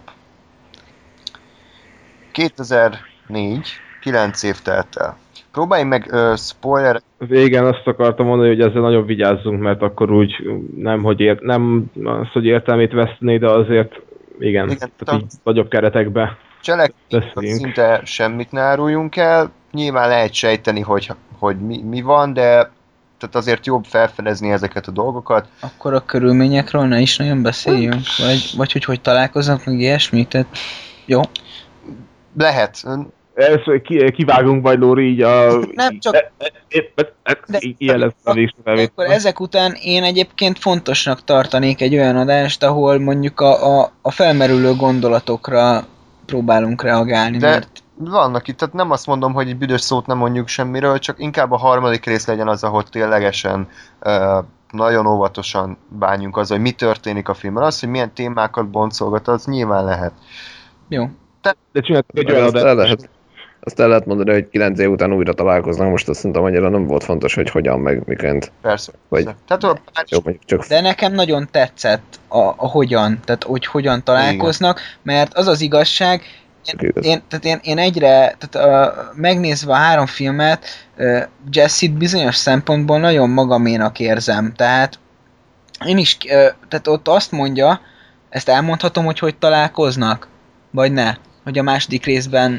kétezer-négy, kilenc év telt el. Próbálj meg uh, spoiler... Igen, azt akartam mondani, hogy ezzel nagyon vigyázzunk, mert akkor úgy nem, hogy ért, nem az, hogy értelmét veszteni, de azért igen, igen tehát így nagyobb keretekbe beszéljünk. Szinte semmit ne áruljunk el. Nyilván lehet sejteni, hogy, hogy mi, mi van, de tehát azért jobb felfedezni ezeket a dolgokat. Akkor a körülményekről ne is nagyon beszéljünk, vagy, vagy hogy hogy találkoznak, meg ilyesmit, tehát jó. Lehet. ezt kivágunk majd, Lóri, így a... Nem csak... Ilyen lesz a végső felvétel. Akkor ezek után én egyébként fontosnak tartanék egy olyan adást, ahol mondjuk a, a, a felmerülő gondolatokra próbálunk reagálni, De mert... vannak itt, tehát nem azt mondom, hogy egy büdös szót nem mondjuk semmiről, csak inkább a harmadik rész legyen az, ahol ténylegesen uh, nagyon óvatosan bánjunk azzal, hogy mi történik a filmben. Az, hogy milyen témákat boncolgat, az nyilván lehet. Jó. De csináltuk egy olyan Azt el adást. lehet, azt el lehet mondani, hogy kilenc év után újra találkoznak, most azt szerintem annyira nem volt fontos, hogy hogyan, meg miként. Persze. Vagy- persze. Tehát a, Jó, mondjuk csak De nekem nagyon tetszett a, a hogyan, tehát hogy hogyan találkoznak, mert az az igazság, én, igaz. én, tehát én, én egyre, tehát uh, megnézve a három filmet, uh, Jesse-t bizonyos szempontból nagyon magaménak érzem, tehát én is, uh, tehát ott azt mondja, ezt elmondhatom, hogy hogy találkoznak? Vagy ne? Hogy a második részben...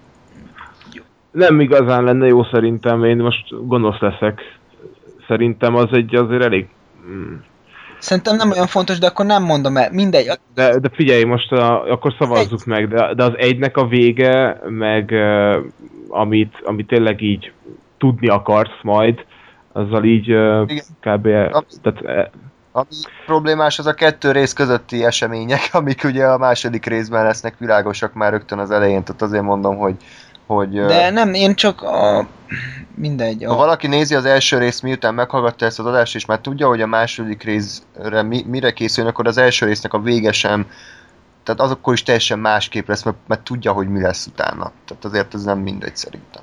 Nem igazán lenne jó szerintem, én most gonosz leszek. Szerintem az egy azért elég... mm. Szerintem nem olyan fontos, de akkor nem mondom el. Mindegy. De, de figyelj, most a, akkor szavazzuk meg, de, de az egynek a vége, meg uh, amit, amit tényleg így tudni akarsz majd, azzal így uh, Igen. kb. Tehát, uh, ami problémás, az a kettő rész közötti események, amik ugye a második részben lesznek világosak már rögtön az elején, tehát azért mondom, hogy... hogy De nem, én csak a... Mindegy. ha A... valaki nézi az első részt, miután meghallgatta ezt az adást, és már tudja, hogy a második részre mi, mire készülni, akkor az első résznek a vége sem, tehát az akkor is teljesen másképp lesz, mert, mert tudja, hogy mi lesz utána. Tehát azért ez nem mindegy szerintem.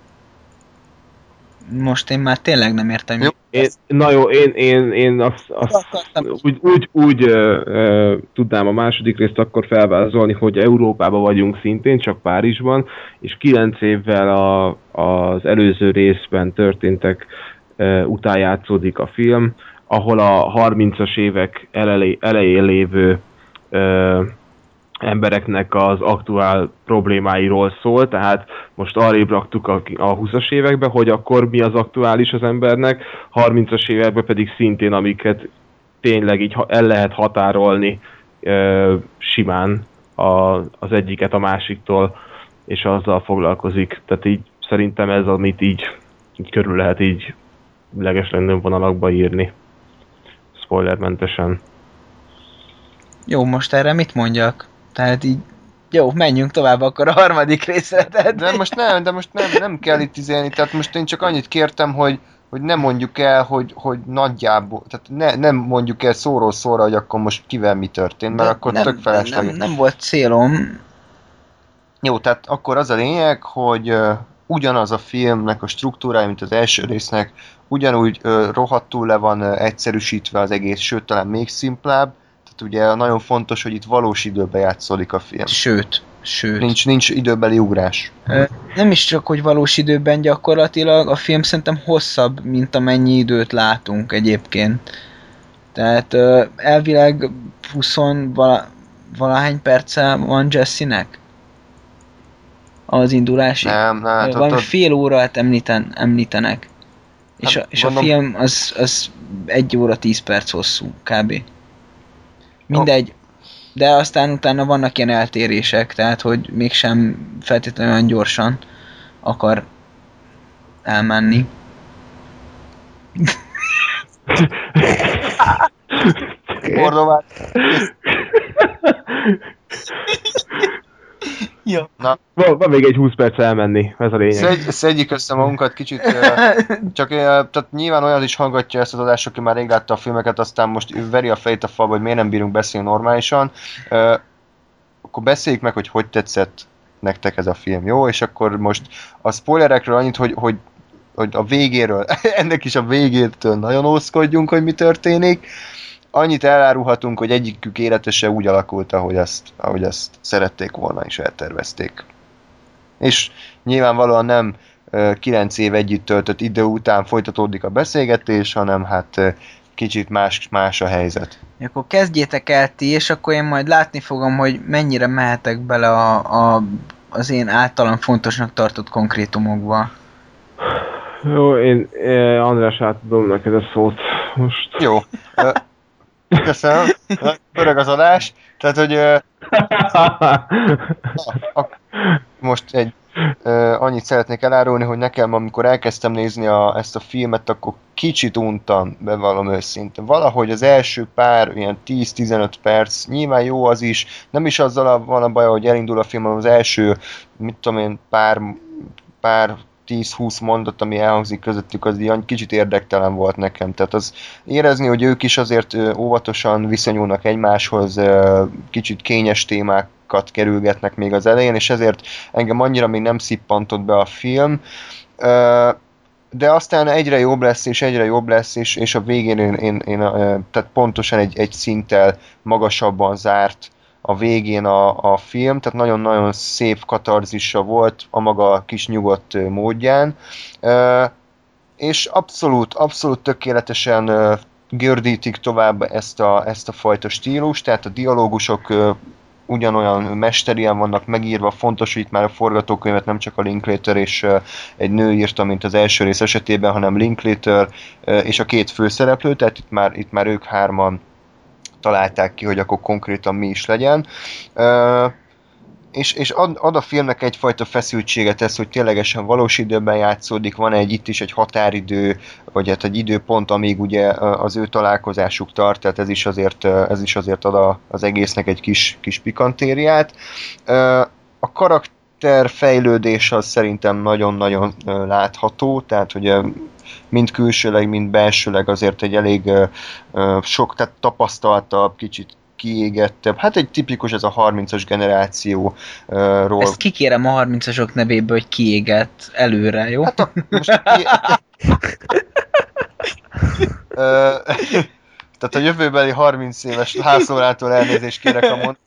Most én már tényleg nem értem. Jó. én, na jó, én, én, én azt, azt úgy, úgy, úgy ö, ö, tudnám a második részt akkor felvázolni, hogy Európában vagyunk szintén, csak Párizsban, és kilenc évvel a, az előző részben történtek ö, után játszódik a film, ahol a harmincas évek elejé, elején lévő ö, embereknek az aktuál problémáiról szól, tehát most arrébb raktuk a, a húszas évekbe, hogy akkor mi az aktuális az embernek, harmincas években pedig szintén, amiket tényleg így el lehet határolni ö, simán a, az egyiket a másiktól, és azzal foglalkozik. Tehát így szerintem ez, amit így, így körül lehet így legeslegjobb vonalakba írni. Spoilermentesen. Jó, most erre mit mondjak? Tehát így... Jó, menjünk tovább akkor a harmadik részre. Tehát... De most nem, de most nem, nem kell itt izélni, tehát most én csak annyit kértem, hogy, hogy nem mondjuk el, hogy, hogy nagyjából, tehát ne, nem mondjuk el szóról szóra, hogy akkor most kivel mi történt, mert De akkor nem, tök felesleges. nem, nem volt célom. Jó, tehát akkor az a lényeg, hogy uh, ugyanaz a filmnek a struktúrája, mint az első résznek, ugyanúgy uh, rohadtul le van uh, egyszerűsítve az egész, sőt, talán még szimplább. Tehát ugye nagyon fontos, hogy itt valós időben játszódik a film. Sőt, sőt. Nincs, nincs időbeli ugrás. Ö, nem is csak, hogy valós időben gyakorlatilag, a film szerintem hosszabb, mint amennyi időt látunk egyébként. Tehát ö, elvileg húsz vala, valahány perce van Jesse-nek? Az indulásig? Nem, nem, hát Valami ott, fél órát említen, említenek. És, Hát a, és mondom- a film az, az egy óra tíz perc hosszú, kb. Mindegy. De aztán utána vannak ilyen eltérések, tehát hogy mégsem feltétlenül olyan gyorsan akar elmenni. Kordovát. Jó. Na, Van, van még egy húsz perc elmenni, ez a lényeg. szedj, szedjük össze magunkat kicsit, ö, csak ö, tehát nyilván olyan is hallgatja ezt az adást, aki már rég látta a filmeket, aztán most ő veri a fejét a falba, hogy miért nem bírunk beszélni normálisan. Ö, akkor beszéljük meg, hogy hogy tetszett nektek ez a film, jó? És akkor most a spoilerekről annyit, hogy, hogy, hogy a végéről, ennek is a végétől nagyon ószkodjunk, hogy mi történik. Annyit elárulhatunk, hogy egyikük élete se úgy alakult, ahogy ezt, ahogy ezt szerették volna és eltervezték. És nyilvánvalóan nem kilenc év együtt töltött idő után folytatódik a beszélgetés, hanem hát ö, kicsit más, más a helyzet. Akkor kezdjétek el ti, és akkor én majd látni fogom, hogy mennyire mehetek bele a, a, az én általam fontosnak tartott konkrétumokba. Jó, én eh, András, átadom neked a szót most. Jó. Ö, Köszönöm. Öreg az adás. Tehát, hogy ö, na, ak- most egy uh, annyit szeretnék elárulni, hogy nekem, amikor elkezdtem nézni a, ezt a filmet, akkor kicsit untam, bevallom őszintén. Valahogy az első pár, ilyen tíz-tizenöt perc, nyilván jó az is, nem is azzal a, van a baj, hogy elindul a film, hanem az első, mit tudom én, pár, pár tíz-húsz mondat, ami elhangzik közöttük, az ilyen kicsit érdektelen volt nekem. Tehát az érezni, hogy ők is azért óvatosan viszonyulnak egymáshoz, kicsit kényes témákat kerülgetnek még az elején, és ezért engem annyira még nem szippantott be a film. De aztán egyre jobb lesz, és egyre jobb lesz, és, és a végén én, én, én tehát pontosan egy, egy szinttel magasabban zárt a végén a, a film, tehát nagyon-nagyon szép katarzisa volt a maga kis nyugodt módján, és abszolút, abszolút tökéletesen gördítik tovább ezt a, ezt a fajta stílust, tehát a dialógusok ugyanolyan mesterien vannak megírva, fontos, hogy itt már a forgatókönyvet nem csak a Linklater és egy nő írta, mint az első rész esetében, hanem Linklater és a két főszereplő, tehát itt már, itt már ők hárman találták ki, hogy akkor konkrétan mi is legyen. Uh, és, és ad, ad a filmnek egyfajta feszültséget ez, hogy ténylegesen valós időben játszódik, van egy itt is egy határidő, vagy hát egy időpont, amíg ugye az ő találkozásuk tart, tehát ez is azért, ez is azért ad a, az egésznek egy kis, kis pikantériát. Uh, a karakter fejlődés az szerintem nagyon-nagyon látható, tehát hogy mind külsőleg, mind belsőleg azért egy elég uh, sok, tehát tapasztaltabb, kicsit kiégettebb. Hát egy tipikus ez a harmincas generációról. Ezt kikérem a harmincasok nevéből, hogy kiégett előre, jó? Hát a, most ki... Tehát a jövőbeli harminc éves házszórától elnézést kérek a mond.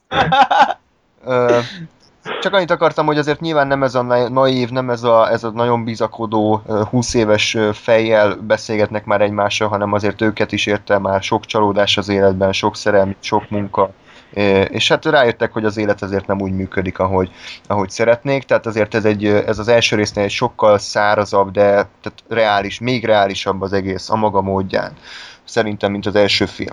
Csak annyit akartam, hogy azért nyilván nem ez a naív, nem ez a, ez a nagyon bizakodó húsz éves fejjel beszélgetnek már egymással, hanem azért őket is érte már sok csalódás az életben, sok szerelem, sok munka, és hát rájöttek, hogy az élet azért nem úgy működik, ahogy, ahogy szeretnék, tehát azért ez, egy, ez az első résznél egy sokkal szárazabb, de tehát reális, még reálisabb az egész a maga módján, szerintem, mint az első film.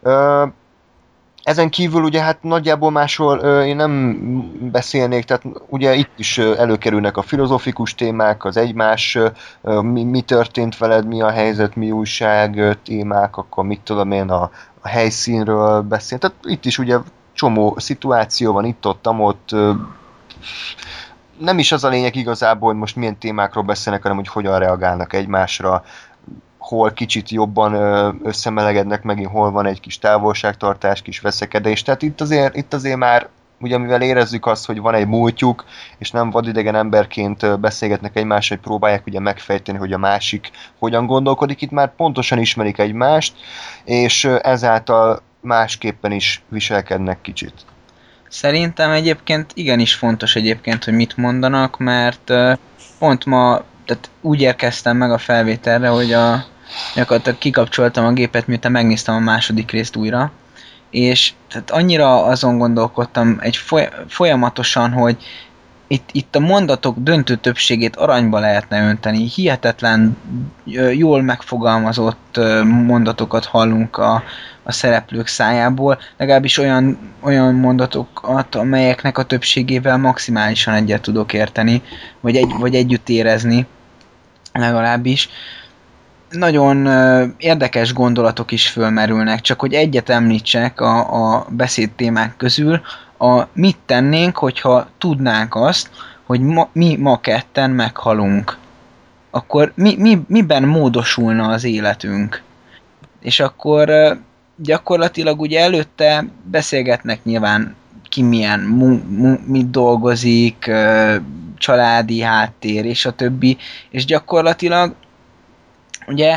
Ezen kívül ugye hát nagyjából máshol ö, én nem beszélnék, tehát ugye itt is ö, előkerülnek a filozófikus témák, az egymás, ö, mi, mi történt veled, mi a helyzet, mi újság, ö, témák, akkor mit tudom én a, a helyszínről beszél. Tehát itt is ugye csomó szituáció van, itt-ott, amott, ö, nem is az a lényeg igazából, hogy most milyen témákról beszélnek, hanem hogy hogyan reagálnak egymásra, hol kicsit jobban összemelegednek megint, hol van egy kis távolságtartás, kis veszekedés. Tehát itt azért, itt azért már, ugye mivel érezzük azt, hogy van egy múltjuk, és nem vadidegen emberként beszélgetnek egymással, hogy próbálják ugye megfejteni, hogy a másik hogyan gondolkodik, itt már pontosan ismerik egymást, és ezáltal másképpen is viselkednek kicsit. Szerintem egyébként igenis fontos egyébként, hogy mit mondanak, mert pont ma tehát úgy érkeztem meg a felvételre, hogy a, gyakorlatilag kikapcsoltam a gépet, miután megnéztem a második részt újra, és tehát annyira azon gondolkodtam egy folyamatosan, hogy itt, itt a mondatok döntő többségét aranyba lehetne önteni, hihetetlen jól megfogalmazott mondatokat hallunk a, a szereplők szájából, legalábbis olyan, olyan mondatokat, amelyeknek a többségével maximálisan egyet tudok érteni, vagy, egy, vagy együtt érezni, legalábbis. Nagyon érdekes gondolatok is fölmerülnek, csak hogy egyet említsek a, a beszédtémák közül, a mit tennénk, hogyha tudnánk azt, hogy ma, mi ma ketten meghalunk. Akkor mi, mi, miben módosulna az életünk? És akkor gyakorlatilag ugye előtte beszélgetnek nyilván ki milyen, mu, mu, mit dolgozik, családi háttér és a többi, és gyakorlatilag ugye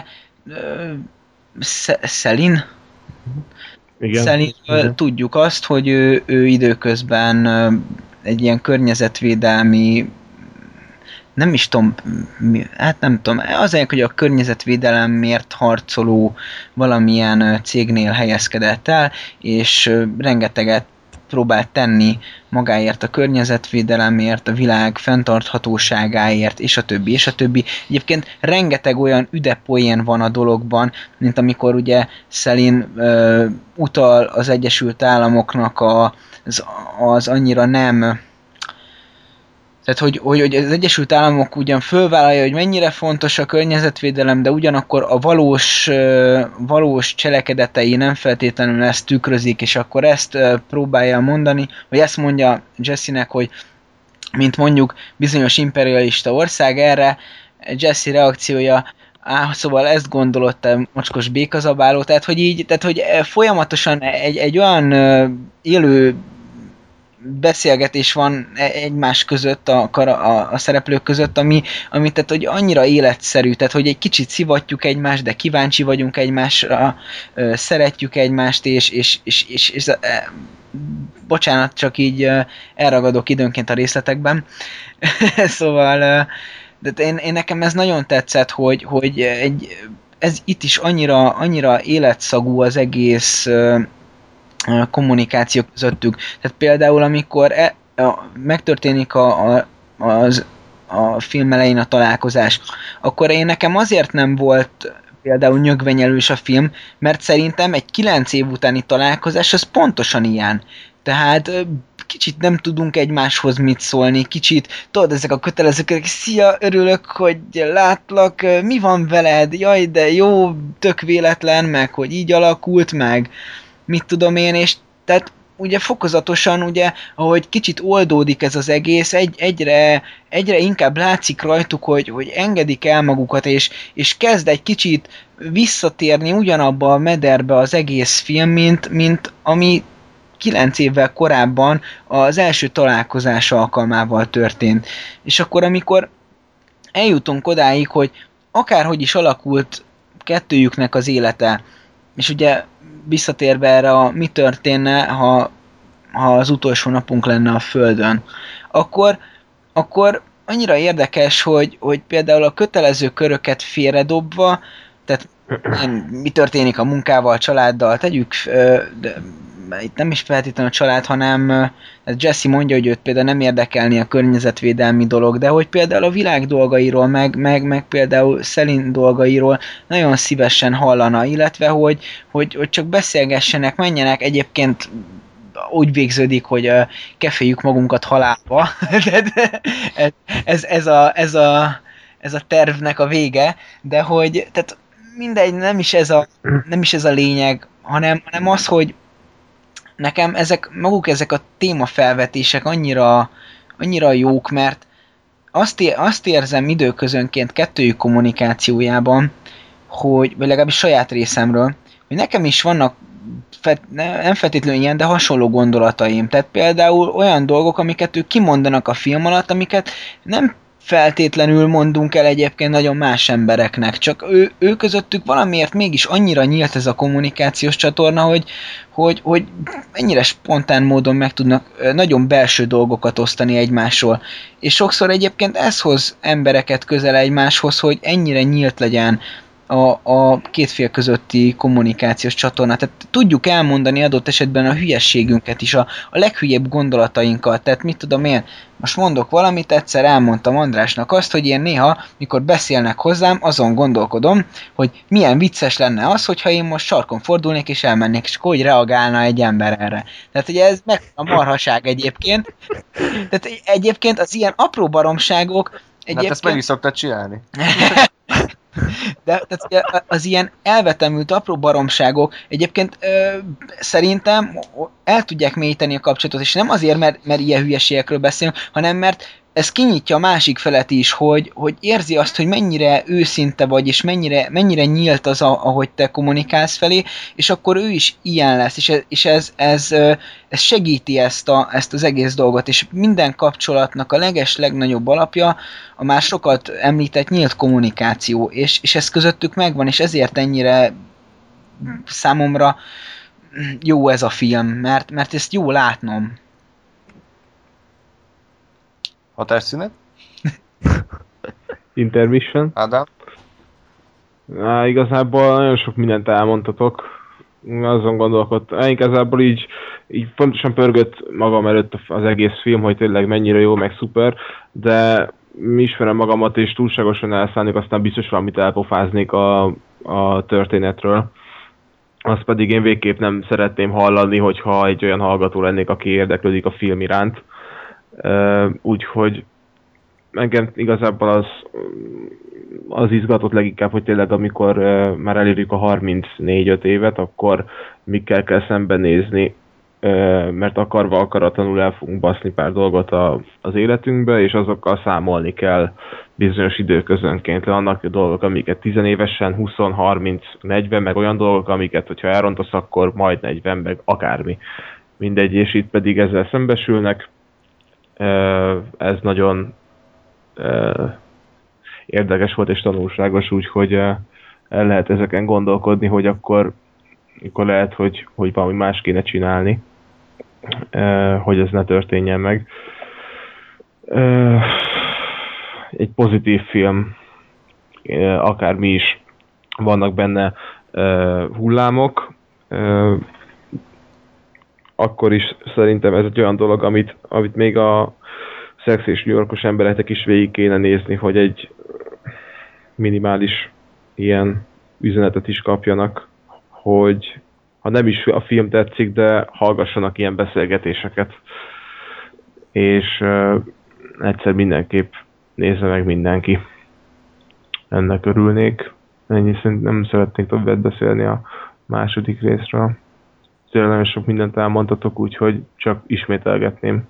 Szelin Szelinről tudjuk azt, hogy ő, ő időközben egy ilyen környezetvédelmi, nem is tudom, hát nem tudom, azért, hogy a környezetvédelemért harcoló valamilyen cégnél helyezkedett el, és rengeteget próbált tenni magáért a környezetvédelemért, a világ fenntarthatóságáért, és a többi, és a többi. Egyébként rengeteg olyan üdepoén van a dologban, mint amikor ugye Szelin uh, utal az Egyesült Államoknak a, az, az annyira nem Tehát, hogy, hogy, hogy az Egyesült Államok ugyan fölvállalja, hogy mennyire fontos a környezetvédelem, de ugyanakkor a valós, valós cselekedetei nem feltétlenül ezt tükrözik, és akkor ezt próbálja mondani, vagy ezt mondja Jesse-nek, hogy mint mondjuk bizonyos imperialista ország, erre Jesse reakciója, á, szóval ezt gondolod te, mocskos békazabáló, tehát hogy így, tehát hogy folyamatosan egy, egy olyan élő beszélgetés van egymás között, a, a, a szereplők között, ami, ami tehát, hogy annyira életszerű, tehát hogy egy kicsit szivatjuk egymást, de kíváncsi vagyunk egymásra, szeretjük egymást, és, és, és, és, és bocsánat, csak így elragadok időnként a részletekben. Szóval de én, én nekem ez nagyon tetszett, hogy, hogy egy, ez itt is annyira, annyira életszagú az egész kommunikáció közöttük. Tehát például, amikor e, a, megtörténik a, a, az, a film elején a találkozás, akkor én nekem azért nem volt például nyögvenyelős a film, mert szerintem egy kilenc év utáni találkozás az pontosan ilyen. Tehát kicsit nem tudunk egymáshoz mit szólni, kicsit, tudod, ezek a kötelezők, szia, örülök, hogy látlak, mi van veled, jaj, de jó, tök véletlen, meg hogy így alakult, meg mit tudom én, és tehát ugye fokozatosan, ugye, ahogy kicsit oldódik ez az egész, egy, egyre, egyre inkább látszik rajtuk, hogy, hogy engedik el magukat, és, és kezd egy kicsit visszatérni ugyanabba a mederbe az egész film, mint, mint ami kilenc évvel korábban az első találkozás alkalmával történt. És akkor, amikor eljutunk odáig, hogy akárhogy is alakult kettőjüknek az élete, és ugye visszatérve erre a mi történne, ha, ha az utolsó napunk lenne a Földön, akkor, akkor annyira érdekes, hogy, hogy például a kötelező köröket félredobva, tehát mi történik a munkával, a családdal, tegyük, de itt nem is feltétlenül a család, hanem Jesse mondja, hogy őt például nem érdekelni a környezetvédelmi dolog, de hogy például a világ dolgairól, meg, meg, meg például Celine dolgairól nagyon szívesen hallana, illetve hogy, hogy, hogy csak beszélgessenek, menjenek, egyébként úgy végződik, hogy uh, keféljük magunkat halálba. ez, ez, a, ez, a, ez a tervnek a vége, de hogy tehát mindegy, nem is ez a, nem is ez a lényeg, hanem, hanem az, hogy nekem ezek, maguk ezek a témafelvetések annyira, annyira jók, mert azt, é, azt érzem időközönként kettőjük kommunikációjában, hogy, vagy legalábbis saját részemről, hogy nekem is vannak fet, nem feltétlenül ilyen, de hasonló gondolataim. Tehát például olyan dolgok, amiket ők kimondanak a film alatt, amiket nem feltétlenül mondunk el egyébként nagyon más embereknek, csak ő, ő közöttük valamiért mégis annyira nyílt ez a kommunikációs csatorna, hogy, hogy, hogy ennyire spontán módon meg tudnak nagyon belső dolgokat osztani egymásról. És sokszor egyébként ez hoz embereket közel egymáshoz, hogy ennyire nyílt legyen a, a két fél közötti kommunikációs csatorna. Tehát tudjuk elmondani adott esetben a hülyességünket is, a, a leghülyebb gondolatainkat. Tehát mit tudom én, most mondok valamit, egyszer elmondtam Andrásnak azt, hogy én néha, mikor beszélnek hozzám, azon gondolkodom, hogy milyen vicces lenne az, hogyha én most sarkon fordulnék és elmennék, és hogy reagálna egy ember erre. Tehát ugye ez meg a marhaság egyébként. Tehát egyébként az ilyen apró baromságok egyébként... Hát ezt meg is szoktad csinálni. De tehát az ilyen elvetemült apró baromságok egyébként ö, szerintem el tudják mélyíteni a kapcsolatot, és nem azért, mert, mert ilyen hülyeségekről beszélünk, hanem mert ez kinyitja a másik felet is, hogy, hogy érzi azt, hogy mennyire őszinte vagy, és mennyire, mennyire nyílt az, a, ahogy te kommunikálsz felé, és akkor ő is ilyen lesz, és ez, és ez, ez, ez segíti ezt, a, ezt az egész dolgot, és minden kapcsolatnak a leges, legnagyobb alapja a már sokat említett nyílt kommunikáció, és, és ez közöttük megvan, és ezért ennyire számomra jó ez a film, mert, mert ezt jó látnom. Hatásszünet? Intermission. Ádám? Na, igazából nagyon sok mindent elmondtatok. Azon gondolkodtam. Igazából így, így pontosan pörgött magam előtt az egész film, hogy tényleg mennyire jó, meg szuper, de ismerem magamat, és túlságosan elszállnék, aztán biztos valamit elpofáznék a, a történetről. Azt pedig én végképp nem szeretném hallani, hogyha egy olyan hallgató lennék, aki érdeklődik a film iránt. Uh, úgyhogy engem igazából az, az izgatott leginkább, hogy tényleg amikor uh, már elérjük a harmincnégy-öt évet, akkor mikkel kell szembenézni, uh, mert akarva akaratlanul el fogunk baszni pár dolgot a, az életünkbe, és azokkal számolni kell bizonyos időközönként. Annak a dolgok, amiket tizenévesen, húsz, harminc, negyven, meg olyan dolgok, amiket, hogyha elrontasz, akkor majd negyven, meg akármi. Mindegy, és itt pedig ezzel szembesülnek. Uh, ez nagyon uh, érdekes volt és tanulságos, úgyhogy uh, el lehet ezeken gondolkodni, hogy akkor, akkor lehet, hogy, hogy valami más kéne csinálni, uh, hogy ez ne történjen meg. Uh, egy pozitív film, uh, akármi is, vannak benne uh, hullámok, uh, akkor is szerintem ez egy olyan dolog, amit, amit még a szex és New Yorkos embereknek is végig kéne nézni, hogy egy minimális ilyen üzenetet is kapjanak, hogy ha nem is a film tetszik, de hallgassanak ilyen beszélgetéseket. És uh, egyszer mindenképp nézze meg mindenki. Ennek örülnék. Ennyi, szerintem nem szeretnék többet beszélni a második részről. Tényleg nagyon sok mindent elmondtatok, úgyhogy csak ismételgetném.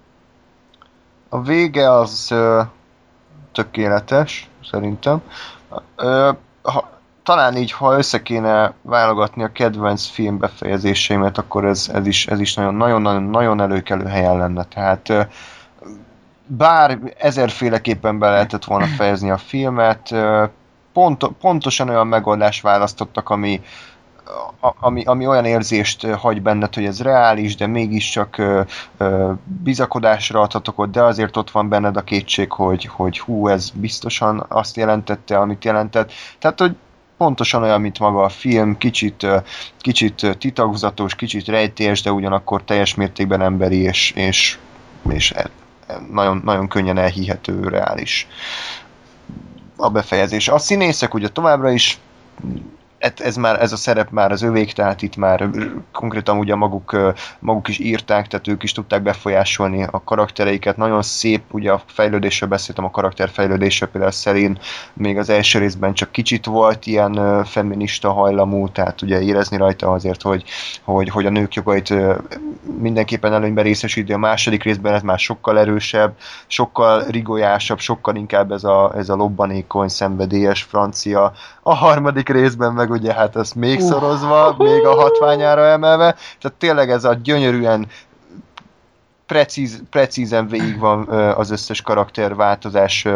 A vége az ö, tökéletes, szerintem. Ö, ha, talán így, ha össze kéne válogatni a kedvenc filmbefejezéseimet, akkor ez, ez is, ez is nagyon-nagyon előkelő helyen lenne. Tehát ö, bár ezerféleképpen be lehetett volna fejezni a filmet, ö, pont, pontosan olyan megoldást választottak, ami Ami, ami olyan érzést hagy benned, hogy ez reális, de mégiscsak ö, ö, bizakodásra adhatok ott, de azért ott van benned a kétség, hogy, hogy hú, ez biztosan azt jelentette, amit jelentett. Tehát, hogy pontosan olyan, mint maga a film, kicsit, kicsit titokzatos, kicsit rejtélyes, de ugyanakkor teljes mértékben emberi, és, és, és nagyon, nagyon könnyen elhihető, reális a befejezés. A színészek ugye továbbra is Ez, már, ez a szerep már az övék, tehát itt már konkrétan ugye maguk, maguk is írták, tehát ők is tudták befolyásolni a karaktereiket. Nagyon szép, ugye a fejlődésről beszéltem, a karakterfejlődésről, például Celine még az első részben csak kicsit volt ilyen feminista hajlamú, tehát ugye érezni rajta azért, hogy, hogy, hogy a nők jogait mindenképpen előnyben részesíti. A második részben ez már sokkal erősebb, sokkal rigolyásabb, sokkal inkább ez a, ez a lobbanékony, szenvedélyes francia. A harmadik részben meg ugye hát ezt még uh. szorozva, még a hatványára emelve, tehát tényleg ez a gyönyörűen precíz, precízen végig van az összes karakterváltozás,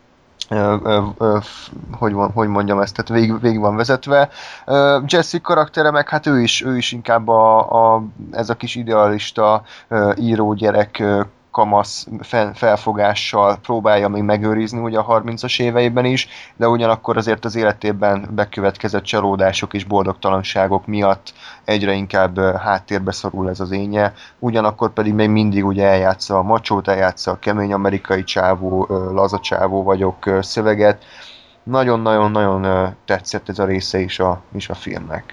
hogy, hogy mondjam ezt, tehát végig, végig van vezetve. Jesse karaktere meg hát ő is, ő is inkább a, a, ez a kis idealista írógyerek kamasz felfogással próbálja még megőrizni ugye a harmincas éveiben is, de ugyanakkor azért az életében bekövetkezett csalódások és boldogtalanságok miatt egyre inkább háttérbe szorul ez az énje, ugyanakkor pedig még mindig ugye eljátsza a macsót, eljátsza a kemény amerikai csávó, laza csávó vagyok szöveget. Nagyon-nagyon-nagyon tetszett ez a része is a, is a filmnek.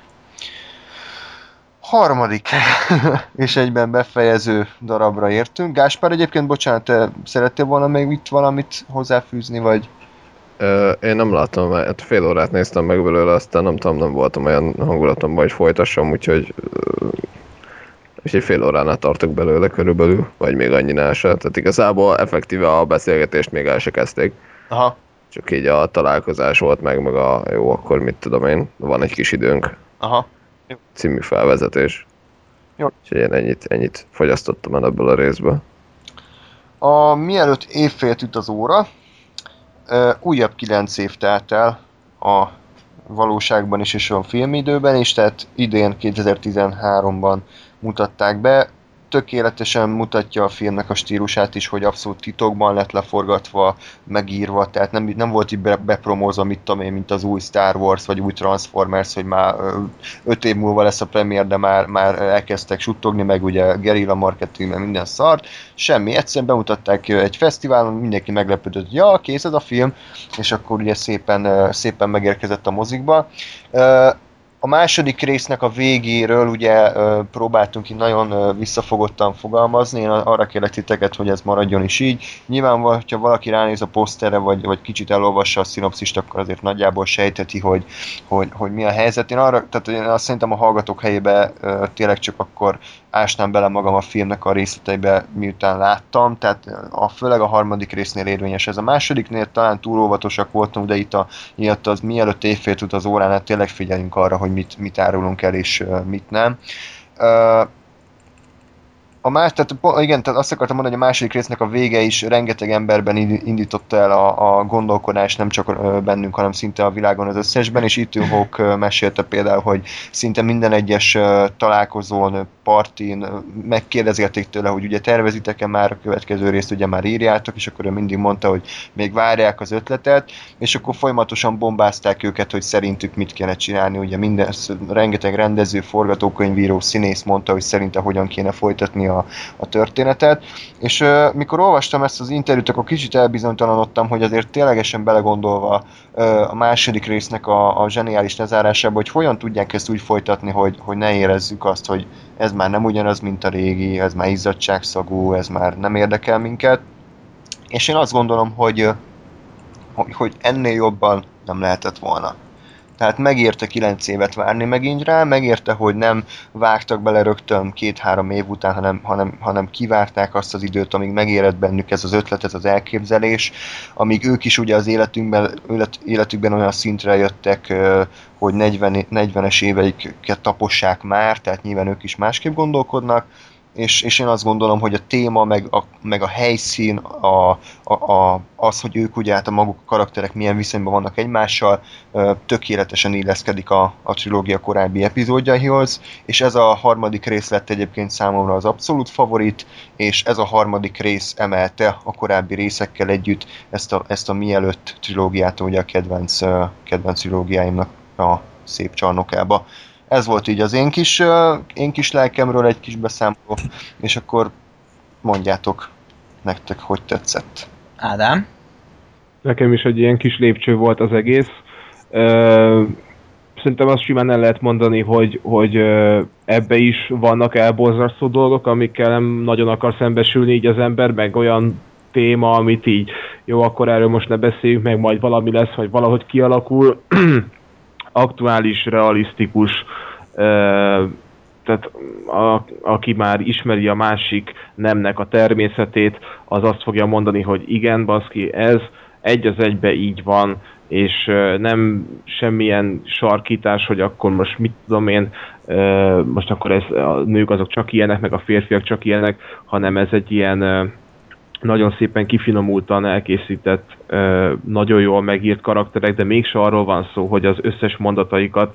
Harmadik és egyben befejező darabra értünk. Gáspár, egyébként, bocsánat, te szerettél volna még itt valamit hozzáfűzni, vagy? Ö, én nem látom, mert fél órát néztem meg belőle, aztán nem tudom, nem voltam olyan hangulatomban, hogy folytassam, úgyhogy és egy fél óránál tartok belőle körülbelül, vagy még annyinál se. Tehát igazából effektíve a beszélgetést még el se kezdték. Aha. Csak így a találkozás volt meg, meg a jó, akkor mit tudom én, van egy kis időnk. Aha. Című felvezetés. Jó. Úgyhogy én ennyit, ennyit fogyasztottam el ebből a részből. A mielőtt évfélt üt az óra, újabb kilenc év telt el a valóságban is és a filmidőben is, tehát idén kétezer-tizenháromban mutatták be. Tökéletesen mutatja a filmnek a stílusát is, hogy abszolút titokban lett leforgatva, megírva, tehát nem, nem volt így bepromózva, mit tudom én, mint az új Star Wars, vagy új Transformers, hogy már öt év múlva lesz a premier, de már, már elkezdtek suttogni, meg ugye gerilla marketing, meg minden szart. Semmi, egyszerűen bemutatták egy fesztiválon, mindenki meglepődött, hogy ja, kész ez a film, és akkor ugye szépen, szépen megérkezett a mozikba. A második résznek a végéről ugye próbáltunk így nagyon visszafogottan fogalmazni, én arra kérlek titeket, hogy ez maradjon is így. Nyilván, ha valaki ránéz a poszterre, vagy, vagy kicsit elolvassa a szinopszist, akkor azért nagyjából sejteti, hogy, hogy, hogy mi a helyzet. Én arra, tehát én azt szerintem a hallgatók helyébe tényleg csak akkor ásnám bele magam a filmnek a részleteibe, miután láttam, tehát a, főleg a harmadik résznél érvényes ez. A másodiknél talán túl óvatosak voltunk, de itt a, ilyet az mielőtt évfél tud az óránál tényleg figyeljünk arra, hogy mit, mit árulunk el és uh, mit nem. Uh, A más, tehát igen, tehát azt akartam mondani, hogy a második résznek a vége is rengeteg emberben indította el a, a gondolkodást, nem csak bennünk, hanem szinte a világon az összesben, és Ethan Hawke mesélte például, hogy szinte minden egyes találkozón, partin megkérdezgették tőle, hogy ugye tervezitek-e már a következő részt, ugye már írjátok, és akkor ő mindig mondta, hogy még várják az ötletet, és akkor folyamatosan bombázták őket, hogy szerintük mit kéne csinálni, ugye minden, rengeteg rendező, forgatókönyvíró, színész mondta, hogy szerinte hogyan kéne folytatni a, a történetet, és uh, mikor olvastam ezt az interjút, akkor kicsit elbizonytalanodtam, hogy azért ténylegesen belegondolva uh, a második résznek a, a zseniális lezárásába, hogy hogyan tudják ezt úgy folytatni, hogy, hogy ne érezzük azt, hogy ez már nem ugyanaz, mint a régi, ez már izzadságszagú, ez már nem érdekel minket, és én azt gondolom, hogy, hogy, hogy ennél jobban nem lehetett volna. Tehát megérte kilenc évet várni megint rá, megérte, hogy nem vágtak bele rögtön két-három év után, hanem, hanem, hanem kivárták azt az időt, amíg megérett bennük ez az ötlet, ez az elképzelés, amíg ők is ugye az életünkben, élet, életükben olyan szintre jöttek, hogy negyven, negyvenes éveiket tapossák már, tehát nyilván ők is másképp gondolkodnak, és, és én azt gondolom, hogy a téma, meg a, meg a helyszín, a, a, a, az, hogy ők ugye hát a maguk a karakterek milyen viszonyban vannak egymással, tökéletesen illeszkedik a, a trilógia korábbi epizódjaihoz, és ez a harmadik rész lett egyébként számomra az abszolút favorit, és ez a harmadik rész emelte a korábbi részekkel együtt ezt a, ezt a mielőtt trilógiát, ugye a kedvenc, kedvenc trilógiáimnak a szép csarnokába. Ez volt így az én kis, uh, én kis lelkemről egy kis beszámoló, és akkor mondjátok nektek, hogy tetszett. Ádám? Nekem is egy ilyen kis lépcső volt az egész. Uh, szerintem azt simán el lehet mondani, hogy, hogy uh, ebbe is vannak elborzasztó dolgok, amikkel nem nagyon akar szembesülni így az ember, meg olyan téma, amit így, jó, akkor erről most ne beszéljünk, meg majd valami lesz, vagy valahogy kialakul. Aktuális, realisztikus, euh, tehát a, aki már ismeri a másik nemnek a természetét, az azt fogja mondani, hogy igen, baszki, ez egy az egybe így van, és euh, nem semmilyen sarkítás, hogy akkor most mit tudom én, euh, most akkor ez, a nők azok csak ilyenek, meg a férfiak csak ilyenek, hanem ez egy ilyen euh, nagyon szépen kifinomultan elkészített, nagyon jól megírt karakterek, de mégse arról van szó, hogy az összes mondataikat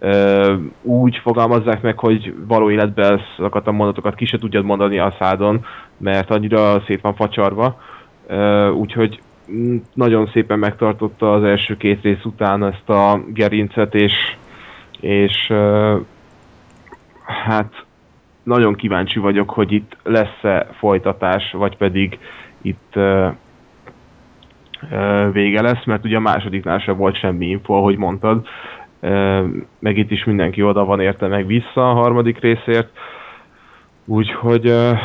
úgy fogalmazzák meg, hogy való életben azokat a mondatokat ki se tudjad mondani a szádon, mert annyira szét van facsarva. Úgyhogy nagyon szépen megtartotta az első két rész után ezt a gerincet, és, és hát nagyon kíváncsi vagyok, hogy itt lesz-e folytatás, vagy pedig itt uh, uh, vége lesz, mert ugye a másodiknál sem volt semmi info, ahogy mondtad. Uh, meg itt is mindenki oda van érte meg vissza a harmadik részért. Úgyhogy uh,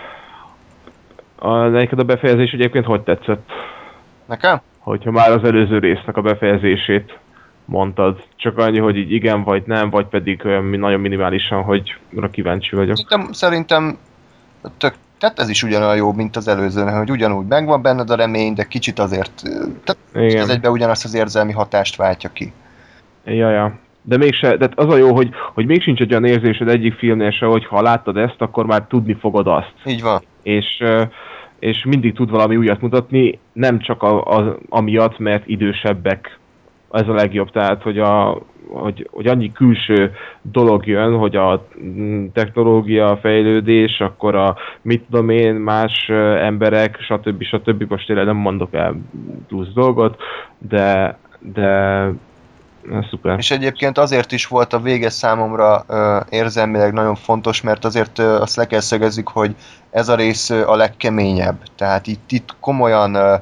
a, neked a befejezés egyébként hogy tetszett? Nekem? Hogyha már az előző résznek a befejezését mondtad. Csak annyi, hogy így igen, vagy nem, vagy pedig olyan nagyon minimálisan, hogy kíváncsi vagyok. Szerintem, szerintem tök, tehát ez is ugyanolyan jó, mint az előzőnek, hogy ugyanúgy megvan benned a remény, de kicsit azért, tehát ez egyben ugyanazt az érzelmi hatást váltja ki. Ja, ja. De mégse, de az a jó, hogy, hogy még sincs egy olyan érzésed egyik filmnél se, hogy ha láttad ezt, akkor már tudni fogod azt. Így van. És, és mindig tud valami újat mutatni, nem csak a, a, amiatt, mert idősebbek. Ez a legjobb, tehát, hogy, a, hogy, hogy annyi külső dolog jön, hogy a technológia, a fejlődés, akkor a mit tudom én, más emberek, stb. stb. Most tényleg nem mondok el plusz dolgot, de, de szuper. És egyébként azért is volt a vége számomra ö, érzelmileg nagyon fontos, mert azért ö, azt le kell szögezzük, hogy ez a rész ö, a legkeményebb. Tehát itt, itt komolyan ö,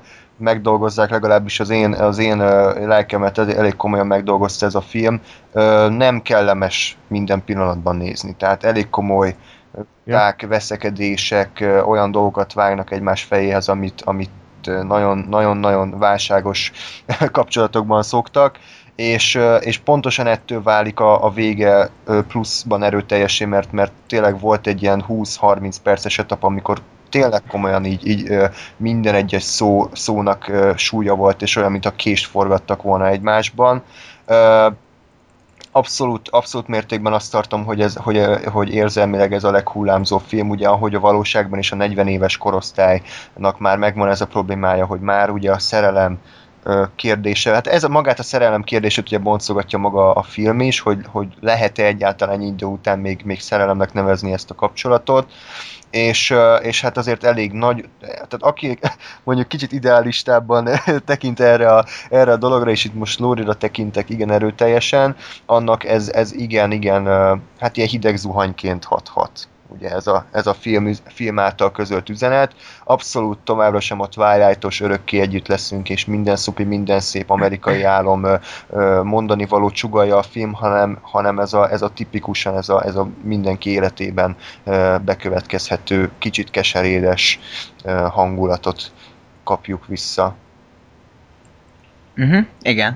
megdolgozzák, legalábbis az én, az én lelkemet elég komolyan megdolgozta ez a film. Nem kellemes minden pillanatban nézni, tehát elég komoly ták, veszekedések, olyan dolgokat vágnak egymás fejéhez, amit, amit nagyon-nagyon válságos kapcsolatokban szoktak, és, és pontosan ettől válik a, a vége pluszban erőteljesé, mert, mert tényleg volt egy ilyen húsz-harminc perces etap, amikor tényleg komolyan így, így minden egyes szó, szónak súlya volt, és olyan, mint a kést forgattak volna egymásban. Abszolút, abszolút mértékben azt tartom, hogy, ez, hogy, hogy érzelmileg ez a leghullámzóbb film, ugye ahogy a valóságban is a negyven éves korosztálynak már megvan ez a problémája, hogy már ugye a szerelem kérdése, hát ez a, magát a szerelem kérdését ugye boncogatja maga a film is, hogy, hogy lehet-e egyáltalán ennyi idő után még, még szerelemnek nevezni ezt a kapcsolatot, és, és hát azért elég nagy, tehát aki mondjuk kicsit idealistában tekint erre a, erre a dologra, és itt most Lórira tekintek igen erőteljesen, annak ez, ez igen, igen, hát ilyen hideg zuhanyként hathat. Ugye ez a, ez a film, film által közölt üzenet. Abszolút továbbra sem a Twilight-os örökké együtt leszünk, és minden szupi, minden szép amerikai álom mondani való csugalja a film, hanem, hanem ez, a, ez a tipikusan, ez a, ez a mindenki életében bekövetkezhető, kicsit keserédes hangulatot kapjuk vissza. Uh-huh, igen.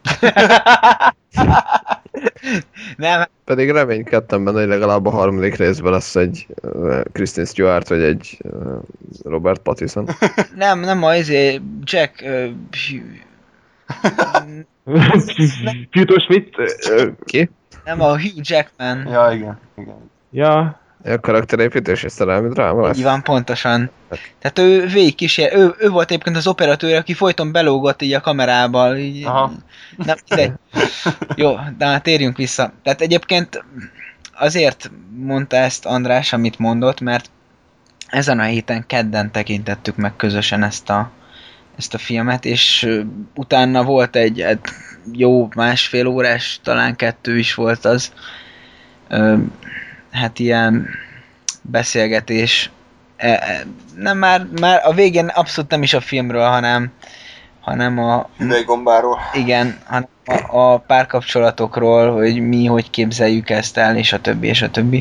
Nem. Pedig reménykedtem benne, hogy legalább a harmadik részben lesz egy uh, Kristen Stewart, vagy egy uh, Robert Pattinson. Nem, nem a izé, Jack... Uh, Pyutos mit? Ki? Nem a Hugh Jackman. Ja, igen, igen. Ja. A karakterépítés és szerelmi dráma lesz? Így van, pontosan. Tehát ő végig kísér, ő, ő volt egyébként az operatőr, aki folyton belógott így a kamerába. Így, Aha. Nem, de, jó, de hát térjünk vissza. Tehát egyébként azért mondta ezt András, amit mondott, mert ezen a héten kedden tekintettük meg közösen ezt a, ezt a filmet, és utána volt egy, egy jó másfél órás, talán kettő is volt az, hát ilyen beszélgetés. Nem, már, már a végén abszolút nem is a filmről, hanem, hanem a... Hüvelygombáról. Igen, hanem a, a párkapcsolatokról, hogy mi, hogy képzeljük ezt el, és a többi, és a többi.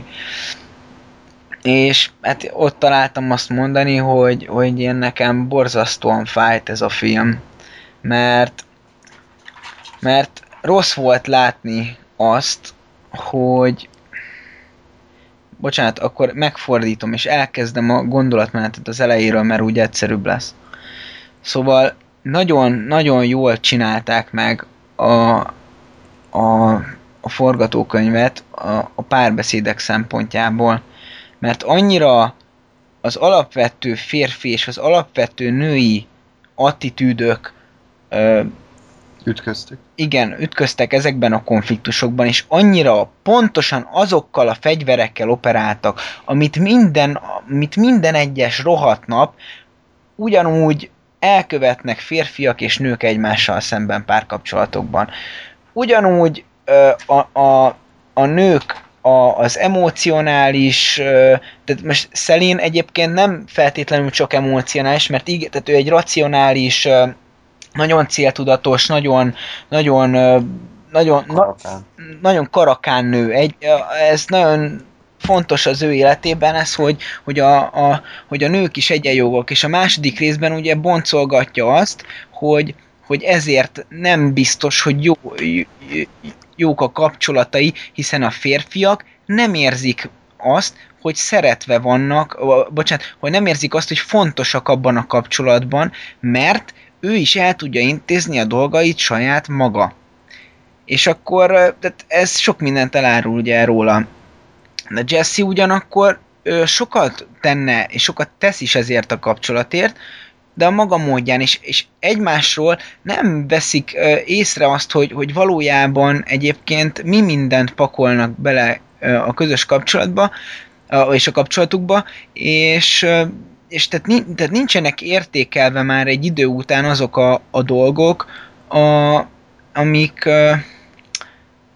És hát ott találtam azt mondani, hogy, hogy én nekem borzasztóan fájt ez a film, mert, mert rossz volt látni azt, hogy bocsánat, akkor megfordítom, és elkezdem a gondolatmenetet az elejéről, mert úgy egyszerűbb lesz. Szóval nagyon-nagyon jól csinálták meg a, a, a forgatókönyvet a, a párbeszédek szempontjából, mert annyira az alapvető férfi és az alapvető női attitűdök ö, ütköztek. Igen, ütköztek ezekben a konfliktusokban, és annyira pontosan azokkal a fegyverekkel operáltak, amit minden, amit minden egyes rohadt nap ugyanúgy elkövetnek férfiak és nők egymással szemben párkapcsolatokban. Ugyanúgy ö, a, a, a nők a, az emocionális, ö, tehát most Celine egyébként nem feltétlenül csak emocionális, mert így, tehát ő egy racionális, ö, nagyon céltudatos, nagyon, nagyon, nagyon, karakán. na, nagyon karakán nő. Egy, ez nagyon fontos az ő életében, ez, hogy, hogy, a, a, hogy a nők is egyenjogok, és a második részben ugye boncolgatja azt, hogy, hogy ezért nem biztos, hogy jó, jók a kapcsolatai, hiszen a férfiak nem érzik azt, hogy szeretve vannak, bocsánat, hogy nem érzik azt, hogy fontosak abban a kapcsolatban, mert ő is el tudja intézni a dolgait saját maga. És akkor tehát ez sok mindent elárul ugye róla. De Jesse ugyanakkor ö, sokat tenne, és sokat tesz is ezért a kapcsolatért, de a maga módján is, és egymásról nem veszik ö, észre azt, hogy, hogy valójában egyébként mi mindent pakolnak bele ö, a közös kapcsolatba, ö, és a kapcsolatukba, és ö, és tehát, tehát nincsenek értékelve már egy idő után azok a, a dolgok, a, amik,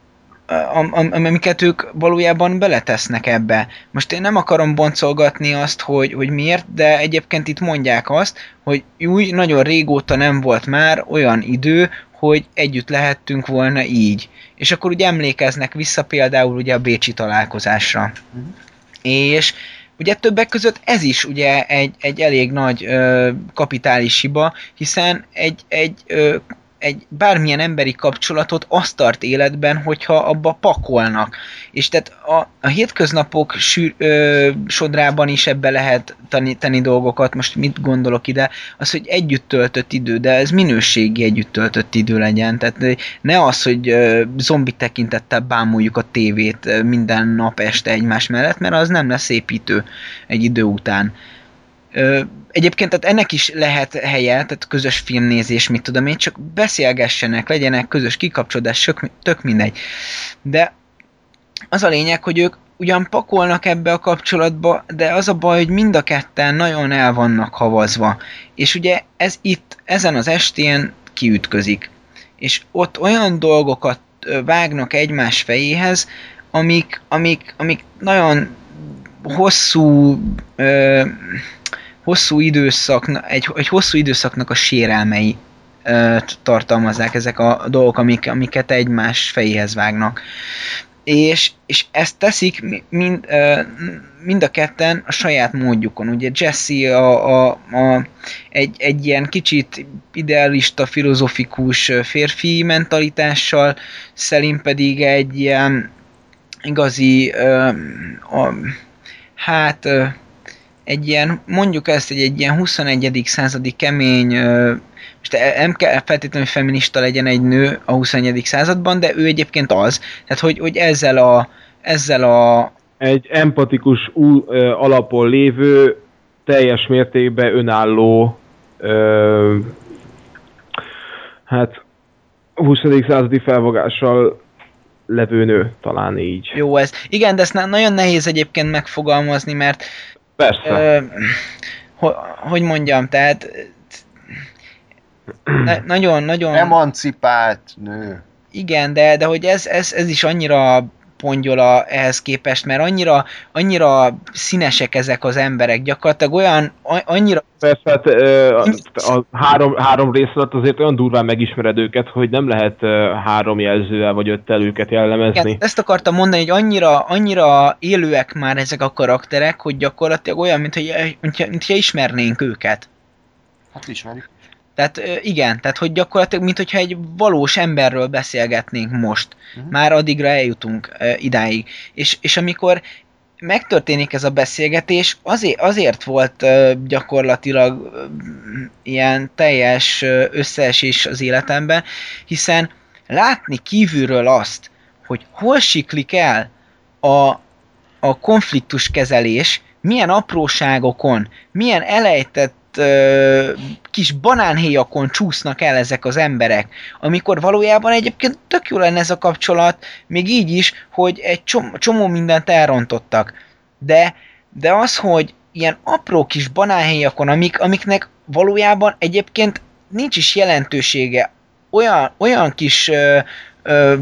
am, am, amiket ők valójában beletesznek ebbe. Most én nem akarom boncolgatni azt, hogy, hogy miért, de egyébként itt mondják azt, hogy új, nagyon régóta nem volt már olyan idő, hogy együtt lehettünk volna így. És akkor ugye emlékeznek vissza például ugye a bécsi találkozásra. Uh-huh. És ugye többek között ez is ugye egy, egy elég nagy ö, kapitális hiba, hiszen egy, egy, ö, egy bármilyen emberi kapcsolatot azt tart életben, hogyha abba pakolnak. És tehát a, a hétköznapok sűr, ö, sodrában is ebbe lehet tenni, tenni dolgokat, most mit gondolok ide, az, hogy együtt töltött idő, de ez minőségi együtt töltött idő legyen. Tehát ne az, hogy ö, zombi tekintettel bámuljuk a tévét ö, minden nap este egymás mellett, mert az nem lesz építő egy idő után. Ö, egyébként tehát ennek is lehet helye, tehát közös filmnézés, mit tudom én, csak beszélgessenek, legyenek közös kikapcsolódás, tök mindegy. De az a lényeg, hogy ők ugyan pakolnak ebbe a kapcsolatba, de az a baj, hogy mind a ketten nagyon el vannak havazva. És ugye ez itt, ezen az estén kiütközik. És ott olyan dolgokat vágnak egymás fejéhez, amik, amik, amik nagyon hosszú... Ö, hosszú időszak, egy, egy hosszú időszaknak a sérelmei ö, tartalmazzák ezek a dolgok, amik, amiket egymás fejéhez vágnak. És, és ezt teszik mind, ö, mind a ketten a saját módjukon. Ugye Jesse a, a, a, egy, egy ilyen kicsit idealista, filozofikus férfi mentalitással, Selim pedig egy ilyen igazi ö, a, hát ö, egy ilyen, mondjuk ezt, hogy egy ilyen huszonegyedik századi kemény, most nem kell feltétlenül feminista legyen egy nő a huszonegyedik században, de ő egyébként az. Tehát, hogy, hogy ezzel a... Ezzel a... Egy empatikus ú, ö, alapon lévő, teljes mértékben önálló ö, hát huszadik századi felfogással levő nő, talán így. Jó, ez. Igen, de ezt nagyon nehéz egyébként megfogalmazni, mert Persze. Ö, ho, hogy mondjam, tehát nagyon, nagyon... Emancipált nő. Igen, de, de hogy ez, ez, ez is annyira pongyola ehhez képest, mert annyira, annyira színesek ezek az emberek, gyakorlatilag olyan, annyira... Persze, hát a, a három, három rész alatt azért olyan durván megismered őket, hogy nem lehet három jelzővel vagy öttel őket jellemezni. Igen, ezt akartam mondani, hogy annyira, annyira élőek már ezek a karakterek, hogy gyakorlatilag olyan, mintha, mintha, mintha ismernénk őket. Hát ismerjük. Tehát igen, tehát hogy gyakorlatilag, mint hogyha egy valós emberről beszélgetnénk most. Uh-huh. Már addigra eljutunk uh, idáig. És, és amikor megtörténik ez a beszélgetés, azért, azért volt uh, gyakorlatilag uh, ilyen teljes uh, összeesés az életemben, hiszen látni kívülről azt, hogy hol siklik el a, a konfliktuskezelés, milyen apróságokon, milyen elejtett ö, kis banánhéjakon csúsznak el ezek az emberek, amikor valójában egyébként tök jó lenne ez a kapcsolat, még így is, hogy egy csomó, csomó mindent elrontottak. De, de az, hogy ilyen apró kis banánhéjakon, amik, amiknek valójában egyébként nincs is jelentősége, olyan, olyan kis ö, ö,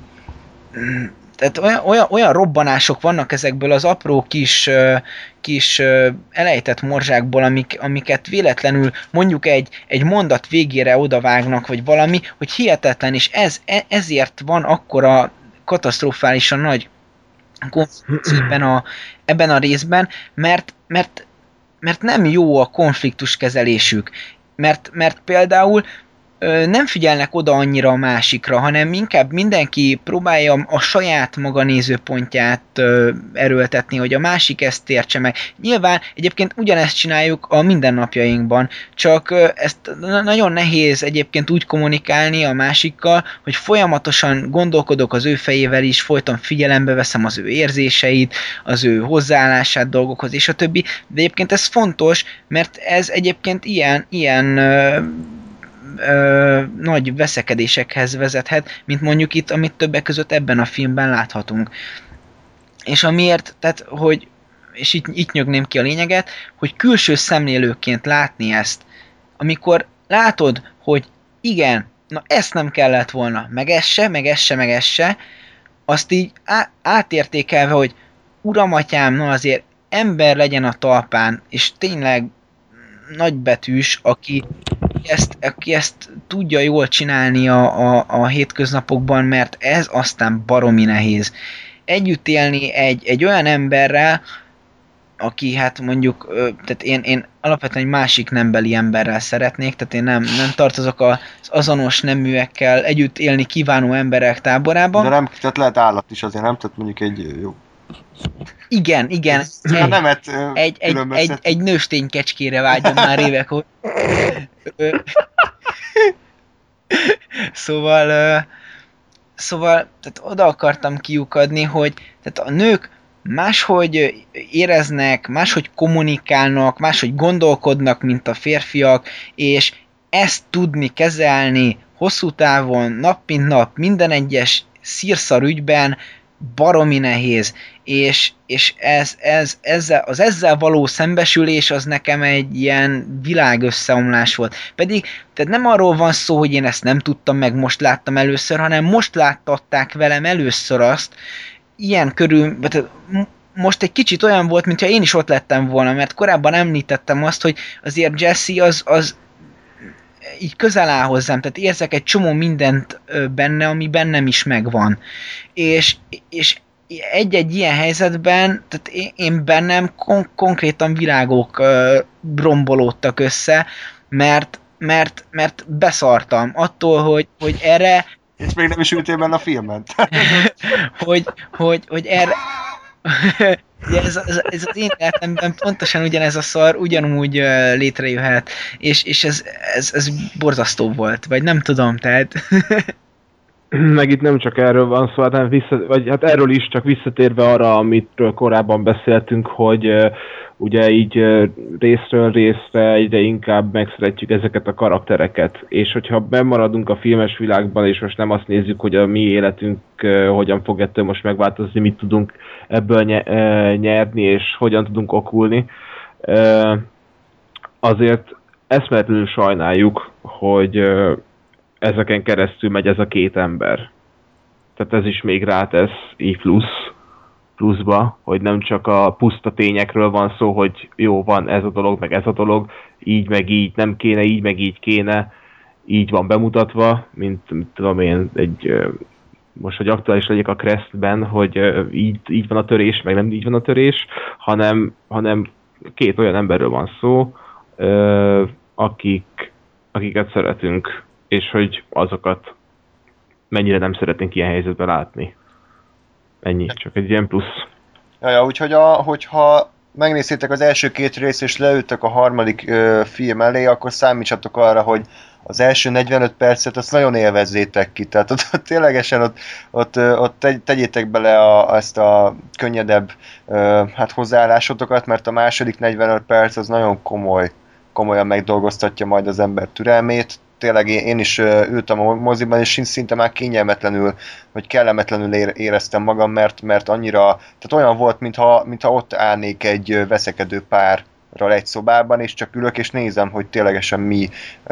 tehát olyan, olyan, olyan robbanások vannak ezekből az apró kis, kis elejtett morzsákból, amik, amiket véletlenül mondjuk egy, egy mondat végére odavágnak, vagy valami, hogy hihetetlen, és ez, ezért van akkora katasztrofálisan nagy konfliktus ebben a, ebben a részben, mert, mert, mert nem jó a konfliktuskezelésük. Mert, mert például nem figyelnek oda annyira a másikra, hanem inkább mindenki próbálja a saját maga nézőpontját erőltetni, hogy a másik ezt értse meg. Nyilván egyébként ugyanezt csináljuk a mindennapjainkban, csak ezt nagyon nehéz egyébként úgy kommunikálni a másikkal, hogy folyamatosan gondolkodok az ő fejével is, folyton figyelembe veszem az ő érzéseit, az ő hozzáállását dolgokhoz, és a többi. De egyébként ez fontos, mert ez egyébként ilyen, ilyen Ö, nagy veszekedésekhez vezethet, mint mondjuk itt, amit többek között ebben a filmben láthatunk. És amiért, tehát, hogy, és itt, itt nyögném ki a lényeget, hogy külső szemlélőként látni ezt, amikor látod, hogy igen, na ezt nem kellett volna, meg ez se, meg ez se, meg ez se, azt így á- átértékelve, hogy uram, atyám, na azért ember legyen a talpán, és tényleg nagybetűs, aki ezt, aki ezt tudja jól csinálni a, a, a hétköznapokban, mert ez aztán baromi nehéz. Együtt élni egy, egy olyan emberrel, aki hát mondjuk, tehát én, én alapvetően egy másik nembeli emberrel szeretnék, tehát én nem, nem tartozok az azonos neműekkel együtt élni kívánó emberek táborában. De nem, tehát lehet állat is azért, nem? Tehát mondjuk egy jó... Igen, igen. Egy, a nemet egy, egy, egy, egy nőstény kecskére vágyom már évek óta. Szóval, szóval tehát oda akartam kiukadni, hogy tehát a nők máshogy éreznek, máshogy kommunikálnak, máshogy gondolkodnak, mint a férfiak, és ezt tudni kezelni hosszú távon, nap mint nap, minden egyes szírszar ügyben baromi nehéz, és, és ez, ez, ezzel, az ezzel való szembesülés az nekem egy ilyen világösszeomlás volt. Pedig tehát nem arról van szó, hogy én ezt nem tudtam meg, most láttam először, hanem most láttatták velem először azt, ilyen körül, most egy kicsit olyan volt, mintha én is ott lettem volna, mert korábban említettem azt, hogy azért Jesse az, az így közel áll hozzám, tehát érzek egy csomó mindent benne, ami bennem is megvan. És, és egy-egy ilyen helyzetben, tehát én, én bennem kon- konkrétan virágok uh, rombolódtak össze, mert, mert, mert beszartam attól, hogy, hogy erre... És még nem is ültél benne a filmen. hogy, hogy, hogy erre... Ugye ez, ez, ez az én életemben pontosan ugyanez a szar ugyanúgy uh, létrejöhet, és, és ez, ez, ez borzasztó volt, vagy nem tudom, tehát... Meg itt nem csak erről van szó, hanem vissza, vagy hát erről is, csak visszatérve arra, amitről korábban beszéltünk, hogy uh, ugye így uh, részről részre egyre inkább megszeretjük ezeket a karaktereket, és hogyha bemaradunk a filmes világban, és most nem azt nézzük, hogy a mi életünk uh, hogyan fog ettől most megváltozni, mit tudunk ebből ny- uh, nyerni, és hogyan tudunk okulni, uh, azért eszméletlenül sajnáljuk, hogy uh, ezeken keresztül megy ez a két ember. Tehát ez is még rátesz így plusz, pluszba, hogy nem csak a puszta tényekről van szó, hogy jó, van ez a dolog, meg ez a dolog, így meg így nem kéne, így meg így kéne, így van bemutatva, mint, mint tudom én, egy, most, hogy aktuális legyek a Crestben, hogy így, így van a törés, meg nem így van a törés, hanem, hanem két olyan emberről van szó, akik, akiket szeretünk, és hogy azokat mennyire nem szeretnénk ilyen helyzetben látni. Ennyi, csak egy ilyen plusz. Jaja, úgyhogy a, hogyha megnéztétek az első két részt, és leültök a harmadik ö, film elé, akkor számítsatok arra, hogy az első negyvenöt percet azt nagyon élvezzétek ki. Tehát ott, ott ténylegesen ott, ott, ott tegy, tegyétek bele a, ezt a könnyedebb ö, hát hozzáállásotokat, mert a második negyvenöt perc az nagyon komoly, komolyan megdolgoztatja majd az ember türelmét. Tényleg én is ültem a moziban, és szinte már kényelmetlenül, vagy kellemetlenül éreztem magam, mert, mert annyira, tehát olyan volt, mintha, mintha ott állnék egy veszekedő párral egy szobában, és csak ülök, és nézem, hogy ténylegesen mi,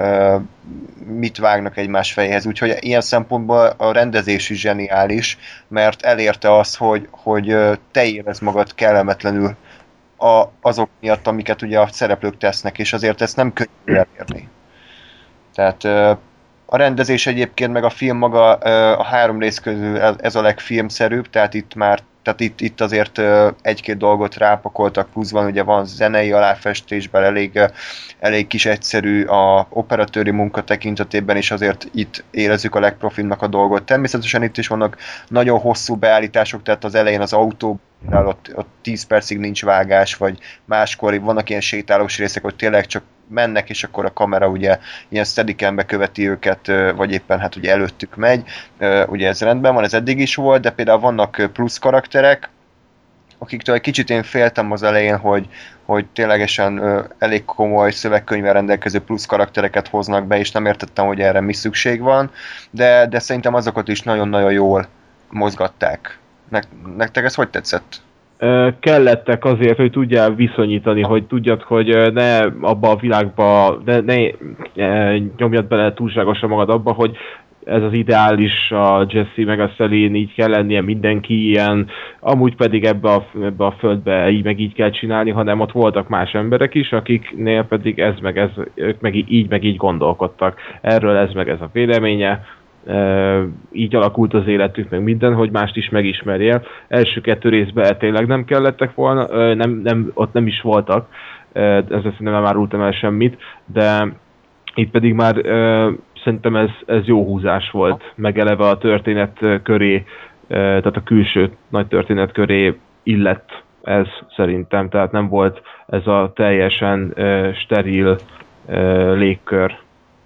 mit vágnak egymás fejéhez. Úgyhogy ilyen szempontból a rendezés is zseniális, mert elérte azt, hogy, hogy te érezd magad kellemetlenül a, azok miatt, amiket ugye a szereplők tesznek, és azért ezt nem könnyű elérni. Tehát a rendezés egyébként, meg a film maga a három rész közül ez a legfilmszerűbb, tehát itt már, tehát itt, itt azért egy-két dolgot rápakoltak pluszban, ugye van zenei aláfestésben, elég, elég kis egyszerű a operatőri munka tekintetében, és azért itt érezzük a legprofibbnak a dolgot. Természetesen itt is vannak nagyon hosszú beállítások, tehát az elején az autó, ott, ott tíz percig nincs vágás, vagy máskor vannak ilyen sétálós részek, hogy tényleg csak mennek, és akkor a kamera ugye ilyen steadicambe követi őket, vagy éppen hát ugye előttük megy. Ugye ez rendben van, ez eddig is volt, de például vannak plusz karakterek, akiktől egy kicsit én féltem az elején, hogy, hogy ténylegesen elég komoly szövegkönyvvel rendelkező plusz karaktereket hoznak be, és nem értettem, hogy erre mi szükség van, de, de szerintem azokat is nagyon-nagyon jól mozgatták. Nektek ez hogy tetszett? Kellettek azért, hogy tudjál viszonyítani, hogy tudjad, hogy ne abba a világba, ne, ne nyomjad bele túlságosan magad abba, hogy ez az ideális, a Jesse meg a Celine, így kell lennie, mindenki ilyen, amúgy pedig ebbe a, ebbe a földbe így meg így kell csinálni, hanem ott voltak más emberek is, akiknél pedig ez meg ez, ők meg így meg így gondolkodtak. Erről ez meg ez a véleménye, e, így alakult az életük, meg minden, hogy mást is megismerjél. Első kettő részben tényleg nem kellettek volna, nem, nem, ott nem is voltak, ezzel nem árultam el semmit, de itt pedig már uh, szerintem ez, ez jó húzás volt, meg eleve a történet köré, uh, tehát a külső nagy történet köré illett ez szerintem, tehát nem volt ez a teljesen uh, steril uh, légkör.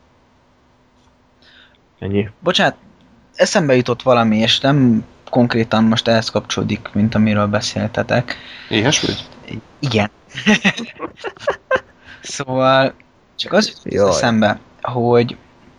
Ennyi. Bocsánat, eszembe jutott valami, és nem konkrétan most ehhez kapcsolódik, mint amiről beszéltetek. Éhes vagy? Igen. Szóval csak az jutott eszembe, hogy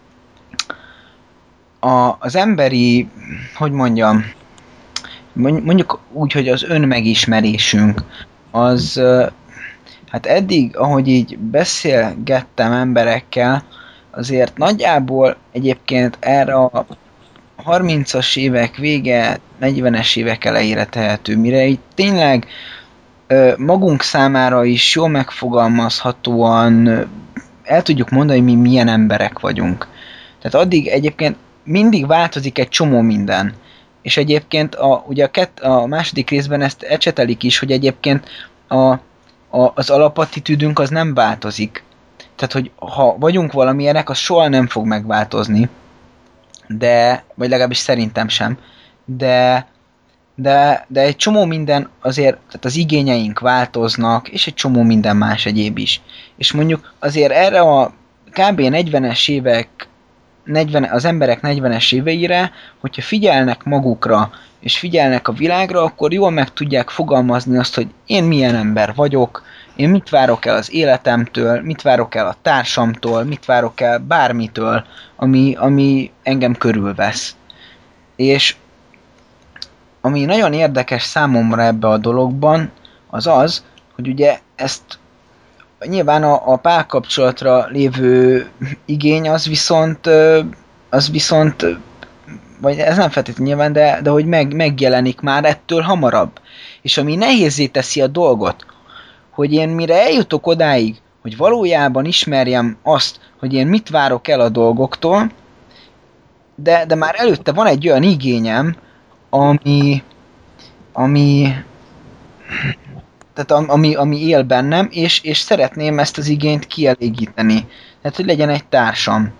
a, az emberi, hogy mondjam, mondjuk úgy, hogy az önmegismerésünk, az hát eddig, ahogy így beszélgettem emberekkel, azért nagyjából egyébként erre a harmincas évek vége, negyvenes évek elejére tehető, mire így tényleg magunk számára is jól megfogalmazhatóan el tudjuk mondani, hogy mi milyen emberek vagyunk. Tehát addig egyébként mindig változik egy csomó minden. És egyébként a, ugye a, kett, a második részben ezt ecsetelik is, hogy egyébként a, a, az alapattitűdünk az nem változik. Tehát, hogy ha vagyunk valamilyenek, az soha nem fog megváltozni. De, vagy legalábbis szerintem sem. De, de, de egy csomó minden azért, tehát az igényeink változnak, és egy csomó minden más egyéb is. És mondjuk azért erre a kb. negyvenes évek, negyven, az emberek negyvenes éveire, hogyha figyelnek magukra, és figyelnek a világra, akkor jól meg tudják fogalmazni azt, hogy én milyen ember vagyok, én mit várok el az életemtől, mit várok el a társamtól, mit várok el bármitől, ami, ami engem körülvesz. És ami nagyon érdekes számomra ebbe a dologban, az az, hogy ugye ezt nyilván a, a párkapcsolatra lévő igény az viszont, az viszont, vagy ez nem feltétlenül nyilván, de, de hogy meg, megjelenik már ettől hamarabb. És ami nehézzé teszi a dolgot, hogy én mire eljutok odáig, hogy valójában ismerjem azt, hogy én mit várok el a dolgoktól, de, de már előtte van egy olyan igényem, ami, ami, tehát ami, ami él bennem, és, és szeretném ezt az igényt kielégíteni. Tehát, hogy legyen egy társam.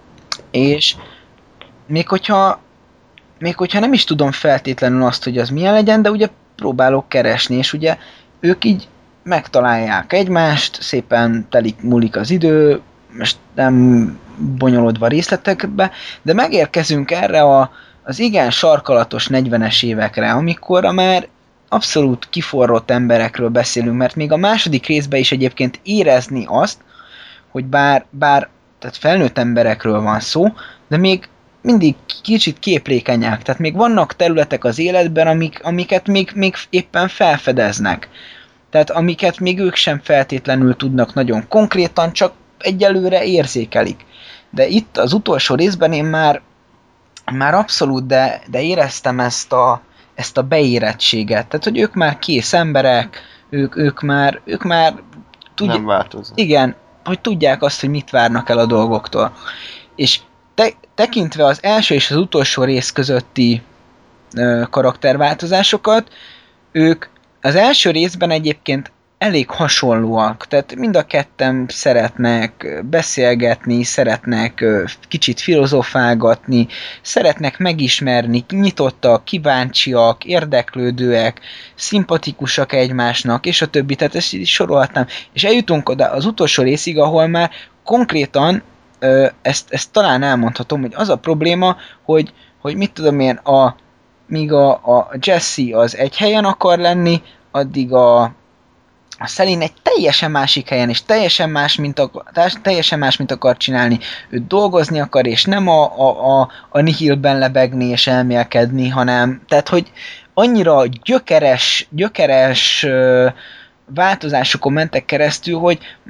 És még hogyha, még hogyha nem is tudom feltétlenül azt, hogy az milyen legyen, de ugye próbálok keresni, és ugye ők így megtalálják egymást, szépen telik, múlik az idő, most nem bonyolodva részletekbe, de megérkezünk erre a, az igen sarkalatos negyvenes évekre, amikor már abszolút kiforrott emberekről beszélünk, mert még a második részben is egyébként érezni azt, hogy bár, bár tehát felnőtt emberekről van szó, de még mindig kicsit képlékenyek, tehát még vannak területek az életben, amik, amiket még, még éppen felfedeznek. Tehát amiket még ők sem feltétlenül tudnak nagyon konkrétan, csak egyelőre érzékelik. De itt az utolsó részben én már, már abszolút, de, de éreztem ezt a, ezt a beérettséget. Tehát, hogy ők már kész emberek, ők, ők már, ők már tudják, nem változnak. Igen, hogy tudják azt, hogy mit várnak el a dolgoktól. És te, tekintve az első és az utolsó rész közötti ö, karakterváltozásokat, ők az első részben egyébként elég hasonlóak, tehát mind a ketten szeretnek beszélgetni, szeretnek kicsit filozofálgatni, szeretnek megismerni, nyitottak, kíváncsiak, érdeklődőek, szimpatikusak egymásnak, és a többi, tehát ezt így sorolhatnám. És eljutunk oda az utolsó részig, ahol már konkrétan, ezt, ezt talán elmondhatom, hogy az a probléma, hogy, hogy mit tudom én, a, míg a, a Jesse az egy helyen akar lenni, addig a, a Celine egy teljesen másik helyen, és teljesen más, mint akar, teljesen más, mint akar csinálni. Ő dolgozni akar, és nem a, a, a, a nihilben lebegni és elmélkedni, hanem, tehát, hogy annyira gyökeres, gyökeres uh, változásokon mentek keresztül, hogy már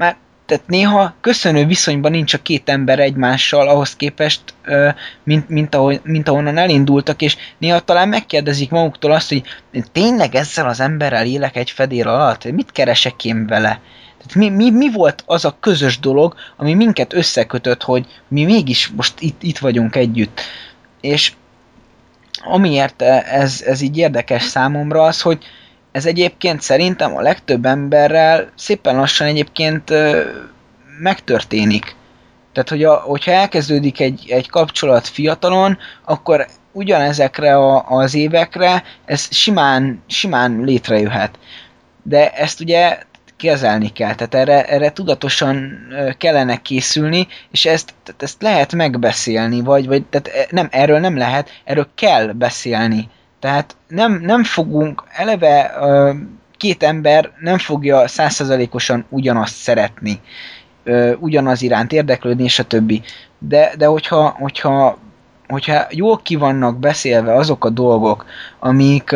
tehát néha köszönő viszonyban nincs a két ember egymással ahhoz képest, mint, mint, ahogy, mint ahonnan elindultak, és néha talán megkérdezik maguktól azt, hogy tényleg ezzel az emberrel élek egy fedél alatt? Mit keresek én vele? Tehát mi, mi, mi volt az a közös dolog, ami minket összekötött, hogy mi mégis most itt, itt vagyunk együtt. És amiért ez, ez így érdekes számomra az, hogy ez egyébként szerintem a legtöbb emberrel szépen lassan egyébként megtörténik. Tehát, hogy a, hogyha elkezdődik egy, egy kapcsolat fiatalon, akkor ugyanezekre a, az évekre ez simán, simán létrejöhet. De ezt ugye kezelni kell, tehát erre, erre tudatosan kellene készülni, és ezt, tehát ezt lehet megbeszélni, vagy, vagy tehát nem, erről nem lehet, erről kell beszélni. Tehát nem, nem fogunk, eleve két ember nem fogja száz százalékosan ugyanazt szeretni, ugyanaz iránt érdeklődni, és a többi. De, de hogyha, hogyha, hogyha jól ki vannak beszélve azok a dolgok, amik,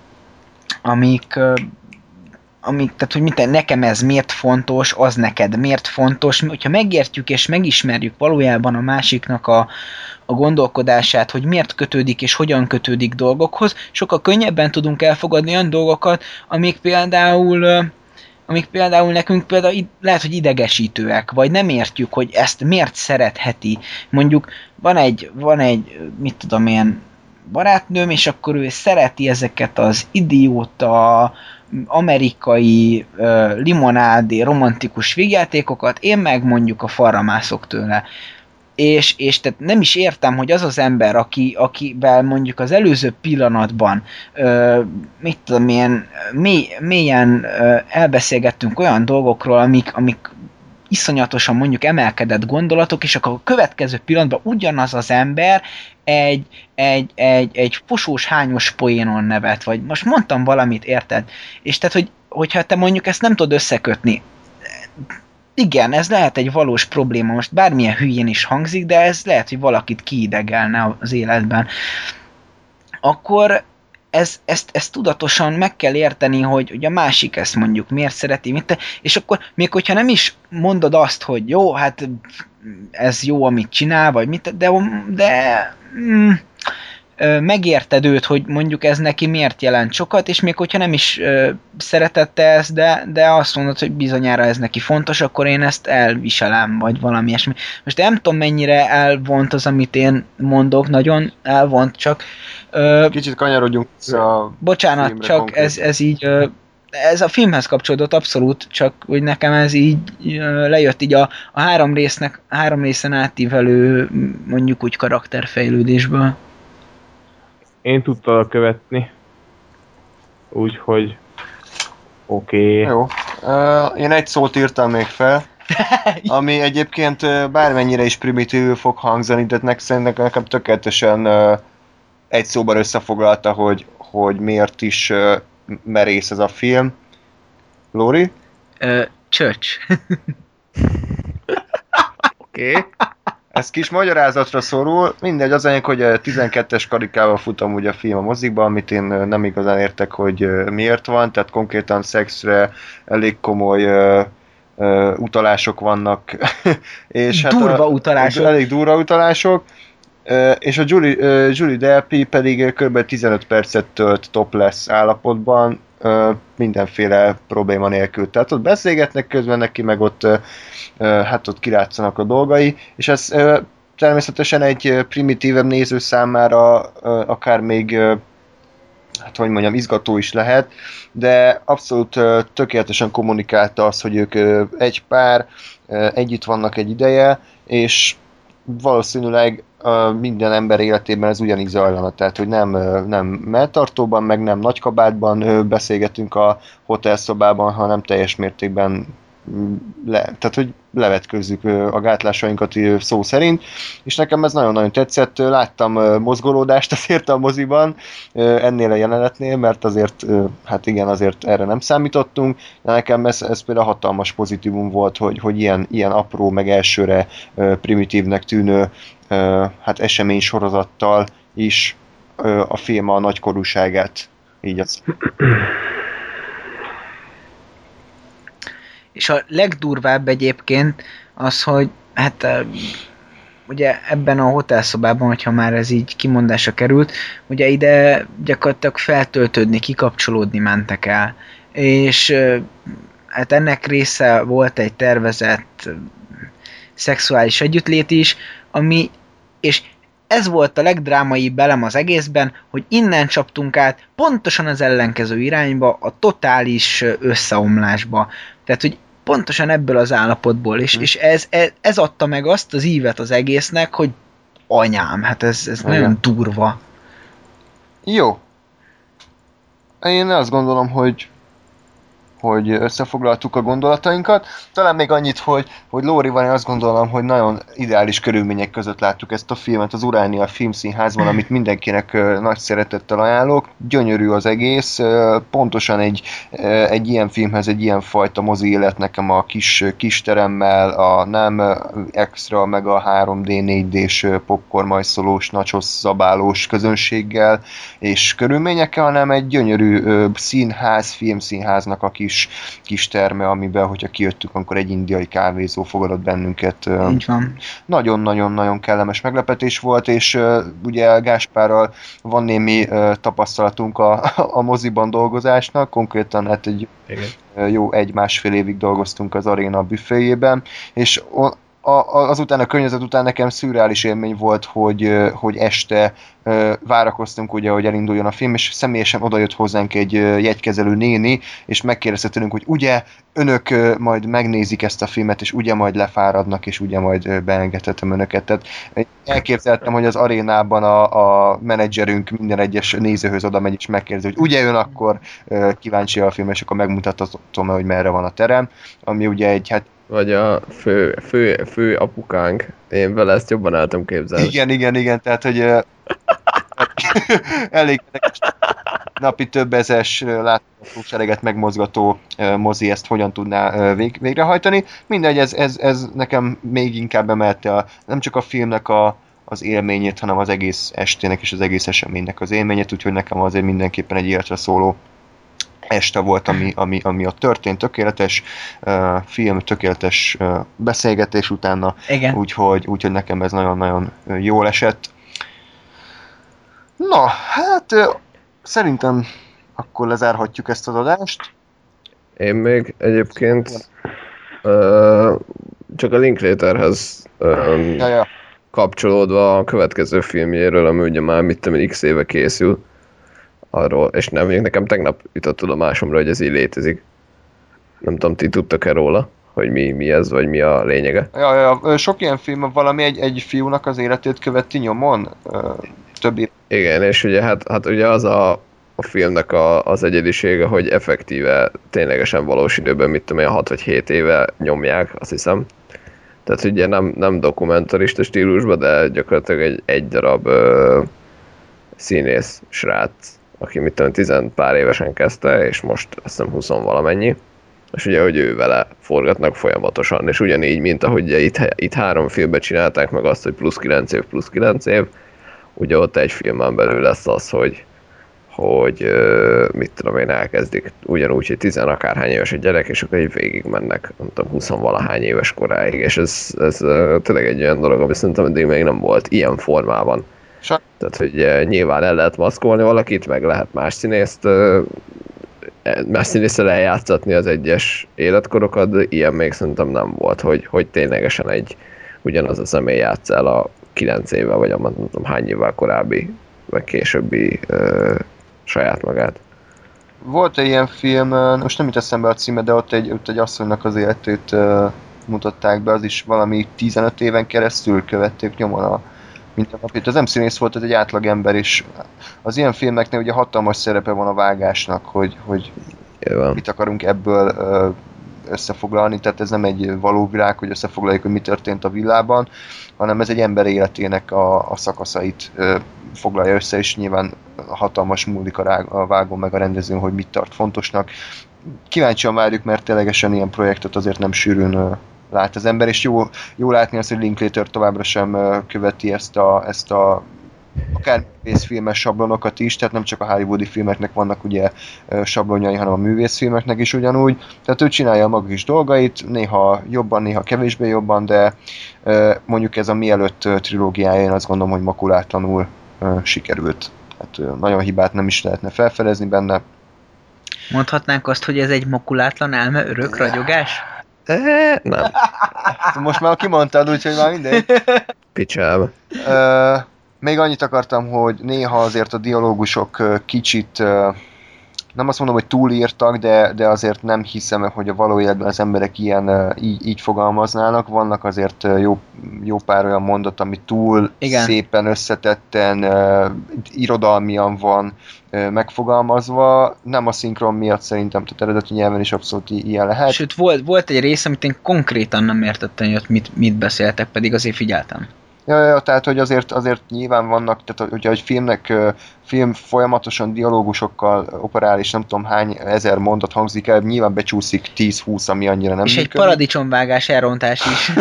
amik amik, tehát hogy minden, nekem ez miért fontos, az neked miért fontos, hogyha megértjük és megismerjük valójában a másiknak a, a gondolkodását, hogy miért kötődik és hogyan kötődik dolgokhoz, sokkal könnyebben tudunk elfogadni olyan dolgokat, amik például amik például nekünk például lehet, hogy idegesítőek, vagy nem értjük, hogy ezt miért szeretheti. Mondjuk van egy, van egy mit tudom én, barátnőm, és akkor ő szereti ezeket az idióta amerikai uh, limonádé romantikus vígjátékokat, én meg mondjuk a falra mászok tőle. És, és tehát nem is értem, hogy az az ember, aki, akivel mondjuk az előző pillanatban uh, mit tudom én, mély, mélyen uh, elbeszélgettünk olyan dolgokról, amik, amik iszonyatosan mondjuk emelkedett gondolatok, és akkor a következő pillanatban ugyanaz az ember egy, egy, egy, egy fosós hányos poénon nevet, vagy most mondtam valamit, érted? És tehát, hogy, hogyha te mondjuk ezt nem tudod összekötni, igen, ez lehet egy valós probléma, most bármilyen hülyén is hangzik, de ez lehet, hogy valakit kiidegelne az életben. Akkor ez, ezt, ezt tudatosan meg kell érteni, hogy, hogy a másik ezt mondjuk miért szereti, mit te, és akkor még hogyha nem is mondod azt, hogy jó, hát ez jó, amit csinál, vagy mit, de, de mm, megérted őt, hogy mondjuk ez neki miért jelent sokat, és még hogyha nem is ö, szeretette ezt, de, de azt mondod, hogy bizonyára ez neki fontos, akkor én ezt elviselem, vagy valami ilyesmi. Most nem tudom, mennyire elvont az, amit én mondok, nagyon elvont, csak... Ö, Kicsit kanyarodjunk a bocsánat, csak ez, ez így... Ö, ez a filmhez kapcsolódott abszolút, csak hogy nekem ez így ö, lejött így a, a három résznek, a három részen átívelő mondjuk úgy karakterfejlődésből. Én tudtam követni, úgyhogy oké. Okay. Jó. Uh, én egy szót írtam még fel, ami egyébként uh, bármennyire is primitívül fog hangzani, de nekem, nekem tökéletesen uh, egy szóban összefoglalta, hogy, hogy miért is uh, merész ez a film. Lóri? Uh, Church. Oké. Okay. Ez kis magyarázatra szorul, mindegy, az anyag, hogy tizenkettes karikával futam ugye a film a mozikban, amit én nem igazán értek, hogy miért van, tehát konkrétan szexre elég komoly uh, uh, utalások vannak. És durva hát a, utalások. Elég durva utalások. Uh, és a Julie, uh, Julie Delpy pedig kb. tizenöt percet tölt topless állapotban, uh, mindenféle probléma nélkül. Tehát ott beszélgetnek közben neki, meg ott, uh, hát ott kirátszanak a dolgai, és ez uh, természetesen egy primitívebb néző számára uh, akár még uh, hát hogy mondjam, izgató is lehet, de abszolút uh, tökéletesen kommunikálta azt, hogy ők uh, egy pár, uh, együtt vannak egy ideje, és valószínűleg uh, minden ember életében ez ugyanígy zajlana, tehát hogy nem, uh, nem melltartóban, meg nem nagykabátban uh, beszélgetünk a hotelszobában, hanem teljes mértékben le, tehát hogy levetkőzzük uh, a gátlásainkat uh, szó szerint, és nekem ez nagyon-nagyon tetszett, láttam uh, mozgolódást azért a moziban, uh, ennél a jelenetnél, mert azért, uh, hát igen, azért erre nem számítottunk, de nekem ez, ez például hatalmas pozitívum volt, hogy, hogy ilyen, ilyen apró, meg elsőre uh, primitívnek tűnő uh, hát esemény sorozattal is uh, a film a nagykorúságát így az. És a legdurvább egyébként az, hogy hát ugye ebben a hotelszobában, hogyha már ez így kimondásra került, ugye ide gyakorlatilag feltöltődni, kikapcsolódni mentek el. És hát ennek része volt egy tervezett szexuális együttlét is, ami, és ez volt a legdrámaibb elem az egészben, hogy innen csaptunk át pontosan az ellenkező irányba, a totális összeomlásba. Tehát, hogy pontosan ebből az állapotból, és, és ez, ez, ez adta meg azt az ívet az egésznek, hogy anyám, hát ez, ez nagyon durva. Jó. Én azt gondolom, hogy hogy összefoglaltuk a gondolatainkat. Talán még annyit, hogy, hogy Lórival én azt gondolom, hogy nagyon ideális körülmények között láttuk ezt a filmet az Uránia Filmszínházban, amit mindenkinek nagy szeretettel ajánlok. Gyönyörű az egész, pontosan egy, egy ilyen filmhez egy ilyen fajta mozi élet nekem a kis, kis teremmel, a nem extra, meg a három dé, négy dés popcorn majszolós, nachos zabálós közönséggel és körülményekkel, hanem egy gyönyörű színház, filmszínháznak a kis kis terme, amiben, hogyha kijöttük, akkor egy indiai kávézó fogadott bennünket. Így van. Nagyon-nagyon-nagyon kellemes meglepetés volt, és uh, ugye Gáspárral van némi uh, tapasztalatunk a, a moziban dolgozásnak, konkrétan hát egy uh, jó egy-másfél évig dolgoztunk az Aréna büféjében, és o- A, azután a környezet után nekem szürreális élmény volt, hogy, hogy este várakoztunk, ugye, hogy elinduljon a film, és személyesen odajött hozzánk egy jegykezelő néni, és megkérdezte tőlünk, hogy ugye önök majd megnézik ezt a filmet, és ugye majd lefáradnak, és ugye majd beengedhetem önöket. Tehát elképzeltem, hogy az arénában a, a menedzserünk minden egyes nézőhöz oda megy, és megkérdezi, hogy ugye ön akkor kíváncsi a film, és akkor megmutatom, hogy merre van a terem, ami ugye egy, hát vagy a fő, fő, fő apukánk. Én vele ezt jobban el tudom képzelni. Igen, igen, igen, tehát, hogy uh, elég napi több ezes látogatósereget megmozgató uh, mozi ezt hogyan tudná uh, vég, végrehajtani. Mindegy, ez, ez, ez nekem még inkább emelte a, nem csak a filmnek a, az élményét, hanem az egész estének és az egész eseménynek az élményét, úgyhogy nekem azért mindenképpen egy életre szóló este volt, ami, ami, ami ott történt, tökéletes uh, film, tökéletes uh, beszélgetés utána, úgyhogy, úgyhogy nekem ez nagyon-nagyon jól esett. Na, hát uh, szerintem akkor lezárhatjuk ezt az adást. Én még egyébként uh, csak a Linklaterhez um, ja, ja. kapcsolódva a következő filmjéről, ami ugye már mit tudom, x éve készül, arról, és nem, nekem tegnap jutott tudomásomra, hogy ez így létezik. Nem tudom, ti tudtak-e róla, hogy mi, mi ez, vagy mi a lényege? Ja, ja, sok ilyen film, valami egy, egy fiúnak az életét követi nyomon, többi. Igen, és ugye hát, hát ugye az a, a filmnek a, az egyedisége, hogy effektíve, ténylegesen valós időben, mit tudom én, hat vagy hét éve nyomják, azt hiszem. Tehát ugye nem, nem dokumentarista stílusban, de gyakorlatilag egy, egy darab ö, színész srác, aki mit tudom, tizen pár évesen kezdte, és most azt hiszem húsz valamennyi, és ugye, hogy ő vele forgatnak folyamatosan, és ugyanígy, mint ahogy itt, itt három filmben csinálták meg azt, hogy plusz kilenc év, plusz kilenc év, ugye ott egy filmen belül lesz az, hogy, hogy mit tudom én, elkezdik ugyanúgy, hogy tizen akárhány éves egy gyerek, és akkor így végig mennek, nem tudom, húsz valahány éves koráig, és ez, ez tényleg egy olyan dolog, ami szerintem eddig még nem volt ilyen formában. Tehát, hogy nyilván el lehet maszkolni valakit, meg lehet más színészt, más színésszel eljátszatni az egyes életkorokat, de ilyen még szerintem nem volt, hogy, hogy ténylegesen egy ugyanaz a személy játsz el a kilenc éve, vagy a nem tudom hány évvel korábbi, vagy későbbi ö, saját magát. Volt egy ilyen film, most nem jut eszembe a címe, de ott egy, ott egy asszonynak az életét uh, mutatták be, az is valami tizenöt éven keresztül követték nyomon a mint a napét. Az nem színész volt, ez egy átlagember, és az ilyen filmeknél ugye hatalmas szerepe van a vágásnak, hogy, hogy mit akarunk ebből uh, összefoglalni, tehát ez nem egy való világ, hogy összefoglaljuk, hogy mi történt a villában, hanem ez egy ember életének a, a szakaszait ö, foglalja össze, és nyilván hatalmas múlik a, rág, a vágón meg a rendezőn, hogy mit tart fontosnak. Kíváncsian várjuk, mert ténylegesen ilyen projektet azért nem sűrűn ö, lát az ember, és jó, jó látni azt, hogy Linklater továbbra sem ö, követi ezt a, ezt a akár művészfilmes sablonokat is, tehát nem csak a hollywoodi filmeknek vannak ugye sablonjai, hanem a művészfilmeknek is ugyanúgy. Tehát ő csinálja a maga is dolgait, néha jobban, néha kevésbé jobban, de mondjuk ez a Mielőtt trilógiája, én azt gondolom, hogy makulátlanul sikerült. Hát nagyon hibát nem is lehetne felfedezni benne. Mondhatnánk azt, hogy ez egy makulátlan elme örök ragyogás? E, nem. Most már kimondtad, úgyhogy már mindegy. Picsába. Uh, még annyit akartam, hogy néha azért a dialógusok uh, kicsit, uh, nem azt mondom, hogy túlírtak, de, de azért nem hiszem, hogy a való életben az emberek ilyen, uh, így, így fogalmaznának. Vannak azért uh, jó, jó pár olyan mondat, ami túl Igen. szépen összetetten, uh, irodalmian van uh, megfogalmazva. Nem a szinkron miatt szerintem, tehát eredeti nyelven is abszolút ilyen lehet. Sőt, volt, volt egy rész, amit én konkrétan nem értettem, hogy ott mit, mit beszéltek, pedig azért figyeltem. Ja, ja, tehát, hogy azért, azért nyilván vannak, tehát hogyha egy filmnek, film folyamatosan dialógusokkal operál, és nem tudom hány ezer mondat hangzik el, nyilván becsúszik tíz-húsz, ami annyira nem és működik. És egy paradicsomvágás elrontás is.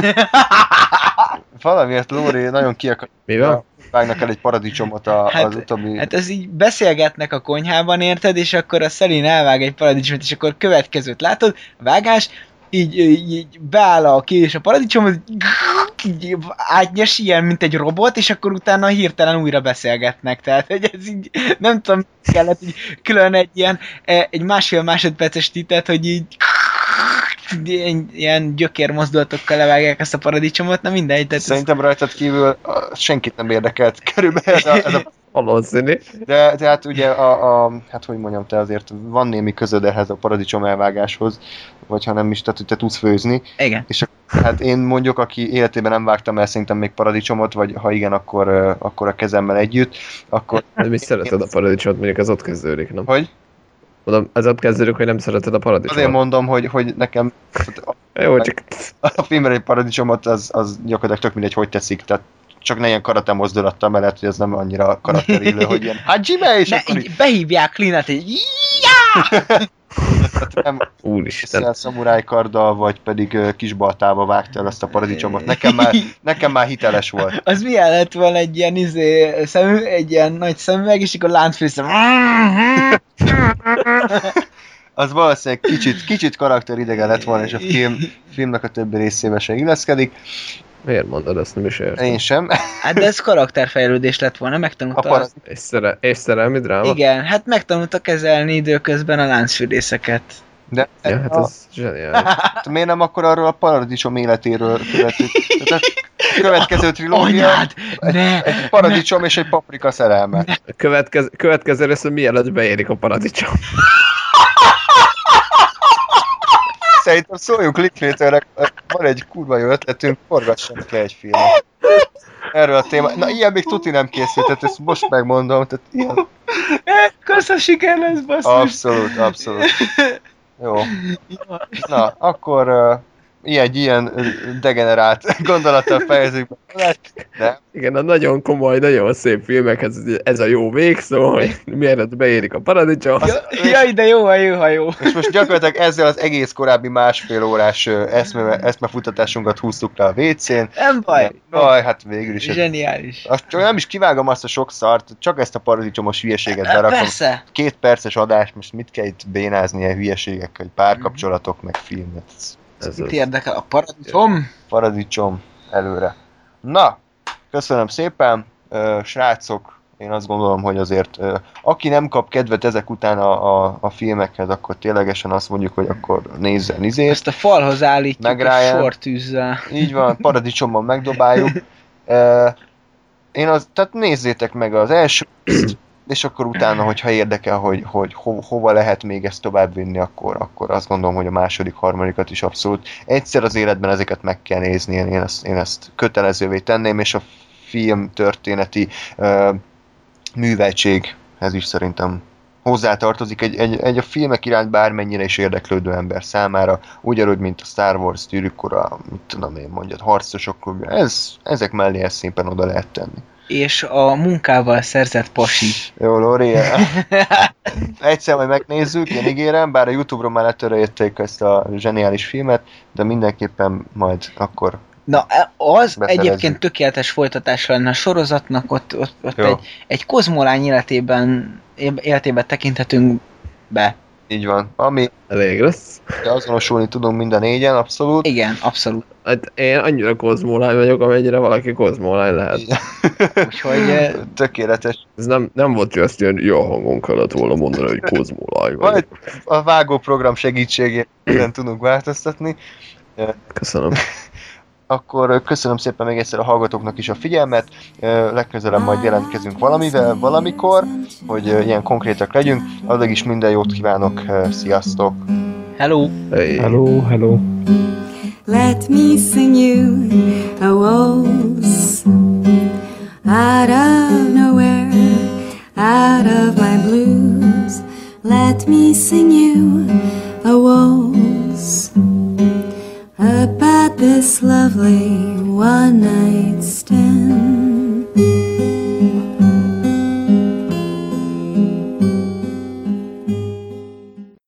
Valamiért Lóri nagyon ki akar... Mi van? Vágnak el egy paradicsomot a, hát, az utóbbi... Hát ez így beszélgetnek a konyhában, érted, és akkor a Szelin elvág egy paradicsomot, és akkor következőt látod, vágás, így, így, így beáll a ki és a paradicsomot, így átnyes ilyen, mint egy robot, és akkor utána hirtelen újra beszélgetnek. Tehát, hogy ez így, nem tudom, kellett így külön egy ilyen, egy másfél másodperces titet, hogy így ilyen, ilyen gyökérmozdulatokkal levágják ezt a paradicsomot, na mindegy. Tehát Szerintem ez... rajtad kívül senkit nem érdekelt körülbelül ez a, ez a valószínű. De, de hát ugye a, a, hát hogy mondjam, te azért van némi közöd ehhez a paradicsom elvágáshoz, vagy ha nem is, tehát hogy te tudsz főzni. Igen. És hát én mondjuk, aki életében nem vágtam el szerintem még paradicsomot, vagy ha igen, akkor, akkor a kezemmel együtt, akkor... De mi szereted a paradicsomot, mondjuk ez ott kezdődik, nem? Hogy? Mondom, ez ott kezdődik, hogy nem szereted a paradicsomot. Azért mondom, hogy, hogy nekem a, Jó, csak... a filmben egy paradicsomot, az, az gyakorlatilag tök mindegy, hogy teszik, tehát csak ne ilyen karate mozdulattal, mert lehet, hogy ez nem annyira karakterillő, hogy ilyen hajime, és ne, akkor így behívják Linát, egy nem Úristen. ilyen szamuráj karddal, vagy pedig uh, kisbaltába vágta el ezt a paradicsomot. Nekem már, nekem már hiteles volt. Az milyen lett volna egy ilyen izé, szemű, egy ilyen nagy szemüveg, és akkor láncfűszem. Az valószínűleg kicsit, kicsit karakteridegen lett volna, és a film, filmnek a többi részébe se illeszkedik. Miért mondod, ezt nem is értem? Én sem. Hát de ez karakterfejlődés lett volna, megtanulta. Parad... És, szere... és szerelmi dráma? Igen, hát megtanulta kezelni időközben a láncfürdészeket. De ja, hát a... ez zseniális. Miért nem akkor arról a paradicsom életéről követő? Tehát a következő trilógia Anyád, ne, egy paradicsom ne. És egy paprika szerelme. A következő, következő lesz, hogy mielőtt beérik a paradicsom. Szerintem szóljunk Linklaternek, van egy kurva jó ötletünk, forgassanak le egy filmet. Erről a téma. Na, ilyen még tuti nem készült, tehát ezt most megmondom, tehát ilyen. Kassa siker lesz, basszus. Abszolút, abszolút. Jó. Na, akkor uh, ilyen, ilyen degenerált gondolattal fejezzük be. De... Igen, a nagyon komoly, nagyon szép filmekhez ez a jó végszó, hogy mielőtt beérik a paradicsom. Ja, jaj, de jó, ha jó, ha jó. És most gyakorlatilag ezzel az egész korábbi másfél órás eszme, eszmefutatásunkat húztuk le a vécén. Nem baj. Nem baj, hát végül is. Zseniális. Azt csak nem is kivágom azt a sok szart, csak ezt a paradicsomos hülyeséget berakom. Persze. Két perces adás, most mit kell itt bénázni ilyen hülyeségekkel, hogy párkapcsolatok, meg filmet. Ez mit érdekel a paradicsom? Paradicsom előre. Na, köszönöm szépen, uh, srácok, én azt gondolom, hogy azért uh, aki nem kap kedvet ezek után a, a, a filmekhez, akkor ténylegesen azt mondjuk, hogy akkor nézzen izét. Ezt a falhoz állítjuk a sortűzzel. Így van, paradicsomban megdobáljuk. Uh, én az, tehát nézzétek meg az első, és akkor utána, hogyha érdekel, hogy, hogy ho, hova lehet még ezt továbbvinni, akkor, akkor azt gondolom, hogy a második, harmadikat is abszolút. Egyszer az életben ezeket meg kell nézni, én ezt, én ezt kötelezővé tenném, és a film történeti uh, műveltséghez is szerintem hozzátartozik egy, egy, egy a filmek iránt bármennyire is érdeklődő ember számára, ugyanúgy, mint a Star Wars, Tűrűkkora, mit tudom én mondjad, Harcosok klubja, ez, ezek mellé ezt szépen oda lehet tenni. És a munkával szerzett pasi. Jó, Lóri, egyszer majd megnézzük, én ígérem, bár a YouTube-ról már letörölték ezt a zseniális filmet, de mindenképpen majd akkor Na, az Beszerezzük. egyébként tökéletes folytatása lenne a sorozatnak, ott, ott, ott Jó. egy, egy kozmolány életében, életében tekinthetünk be. Így van. Ami Elég lesz. azonosulni tudunk mind a négyen, abszolút. Igen, abszolút. Hát én annyira kozmólány vagyok, amennyire valaki kozmólány lehet. Úgyhogy eh, Tökéletes. Ez nem, nem volt, hogy ezt ilyen jó hangon kellett volna mondani, hogy kozmólány Majd vagyok. a vágóprogram segítségével tudunk változtatni. Köszönöm. Akkor köszönöm szépen még egyszer a hallgatóknak is a figyelmet. Legközelebb majd jelentkezünk valamivel, valamikor, hogy ilyen konkrétak legyünk. Addig is minden jót kívánok. Sziasztok! hello! Hey. Hello, hello. Let me sing you a waltz out of nowhere, out of my blues. Let me sing you a waltz about this lovely one-night stand.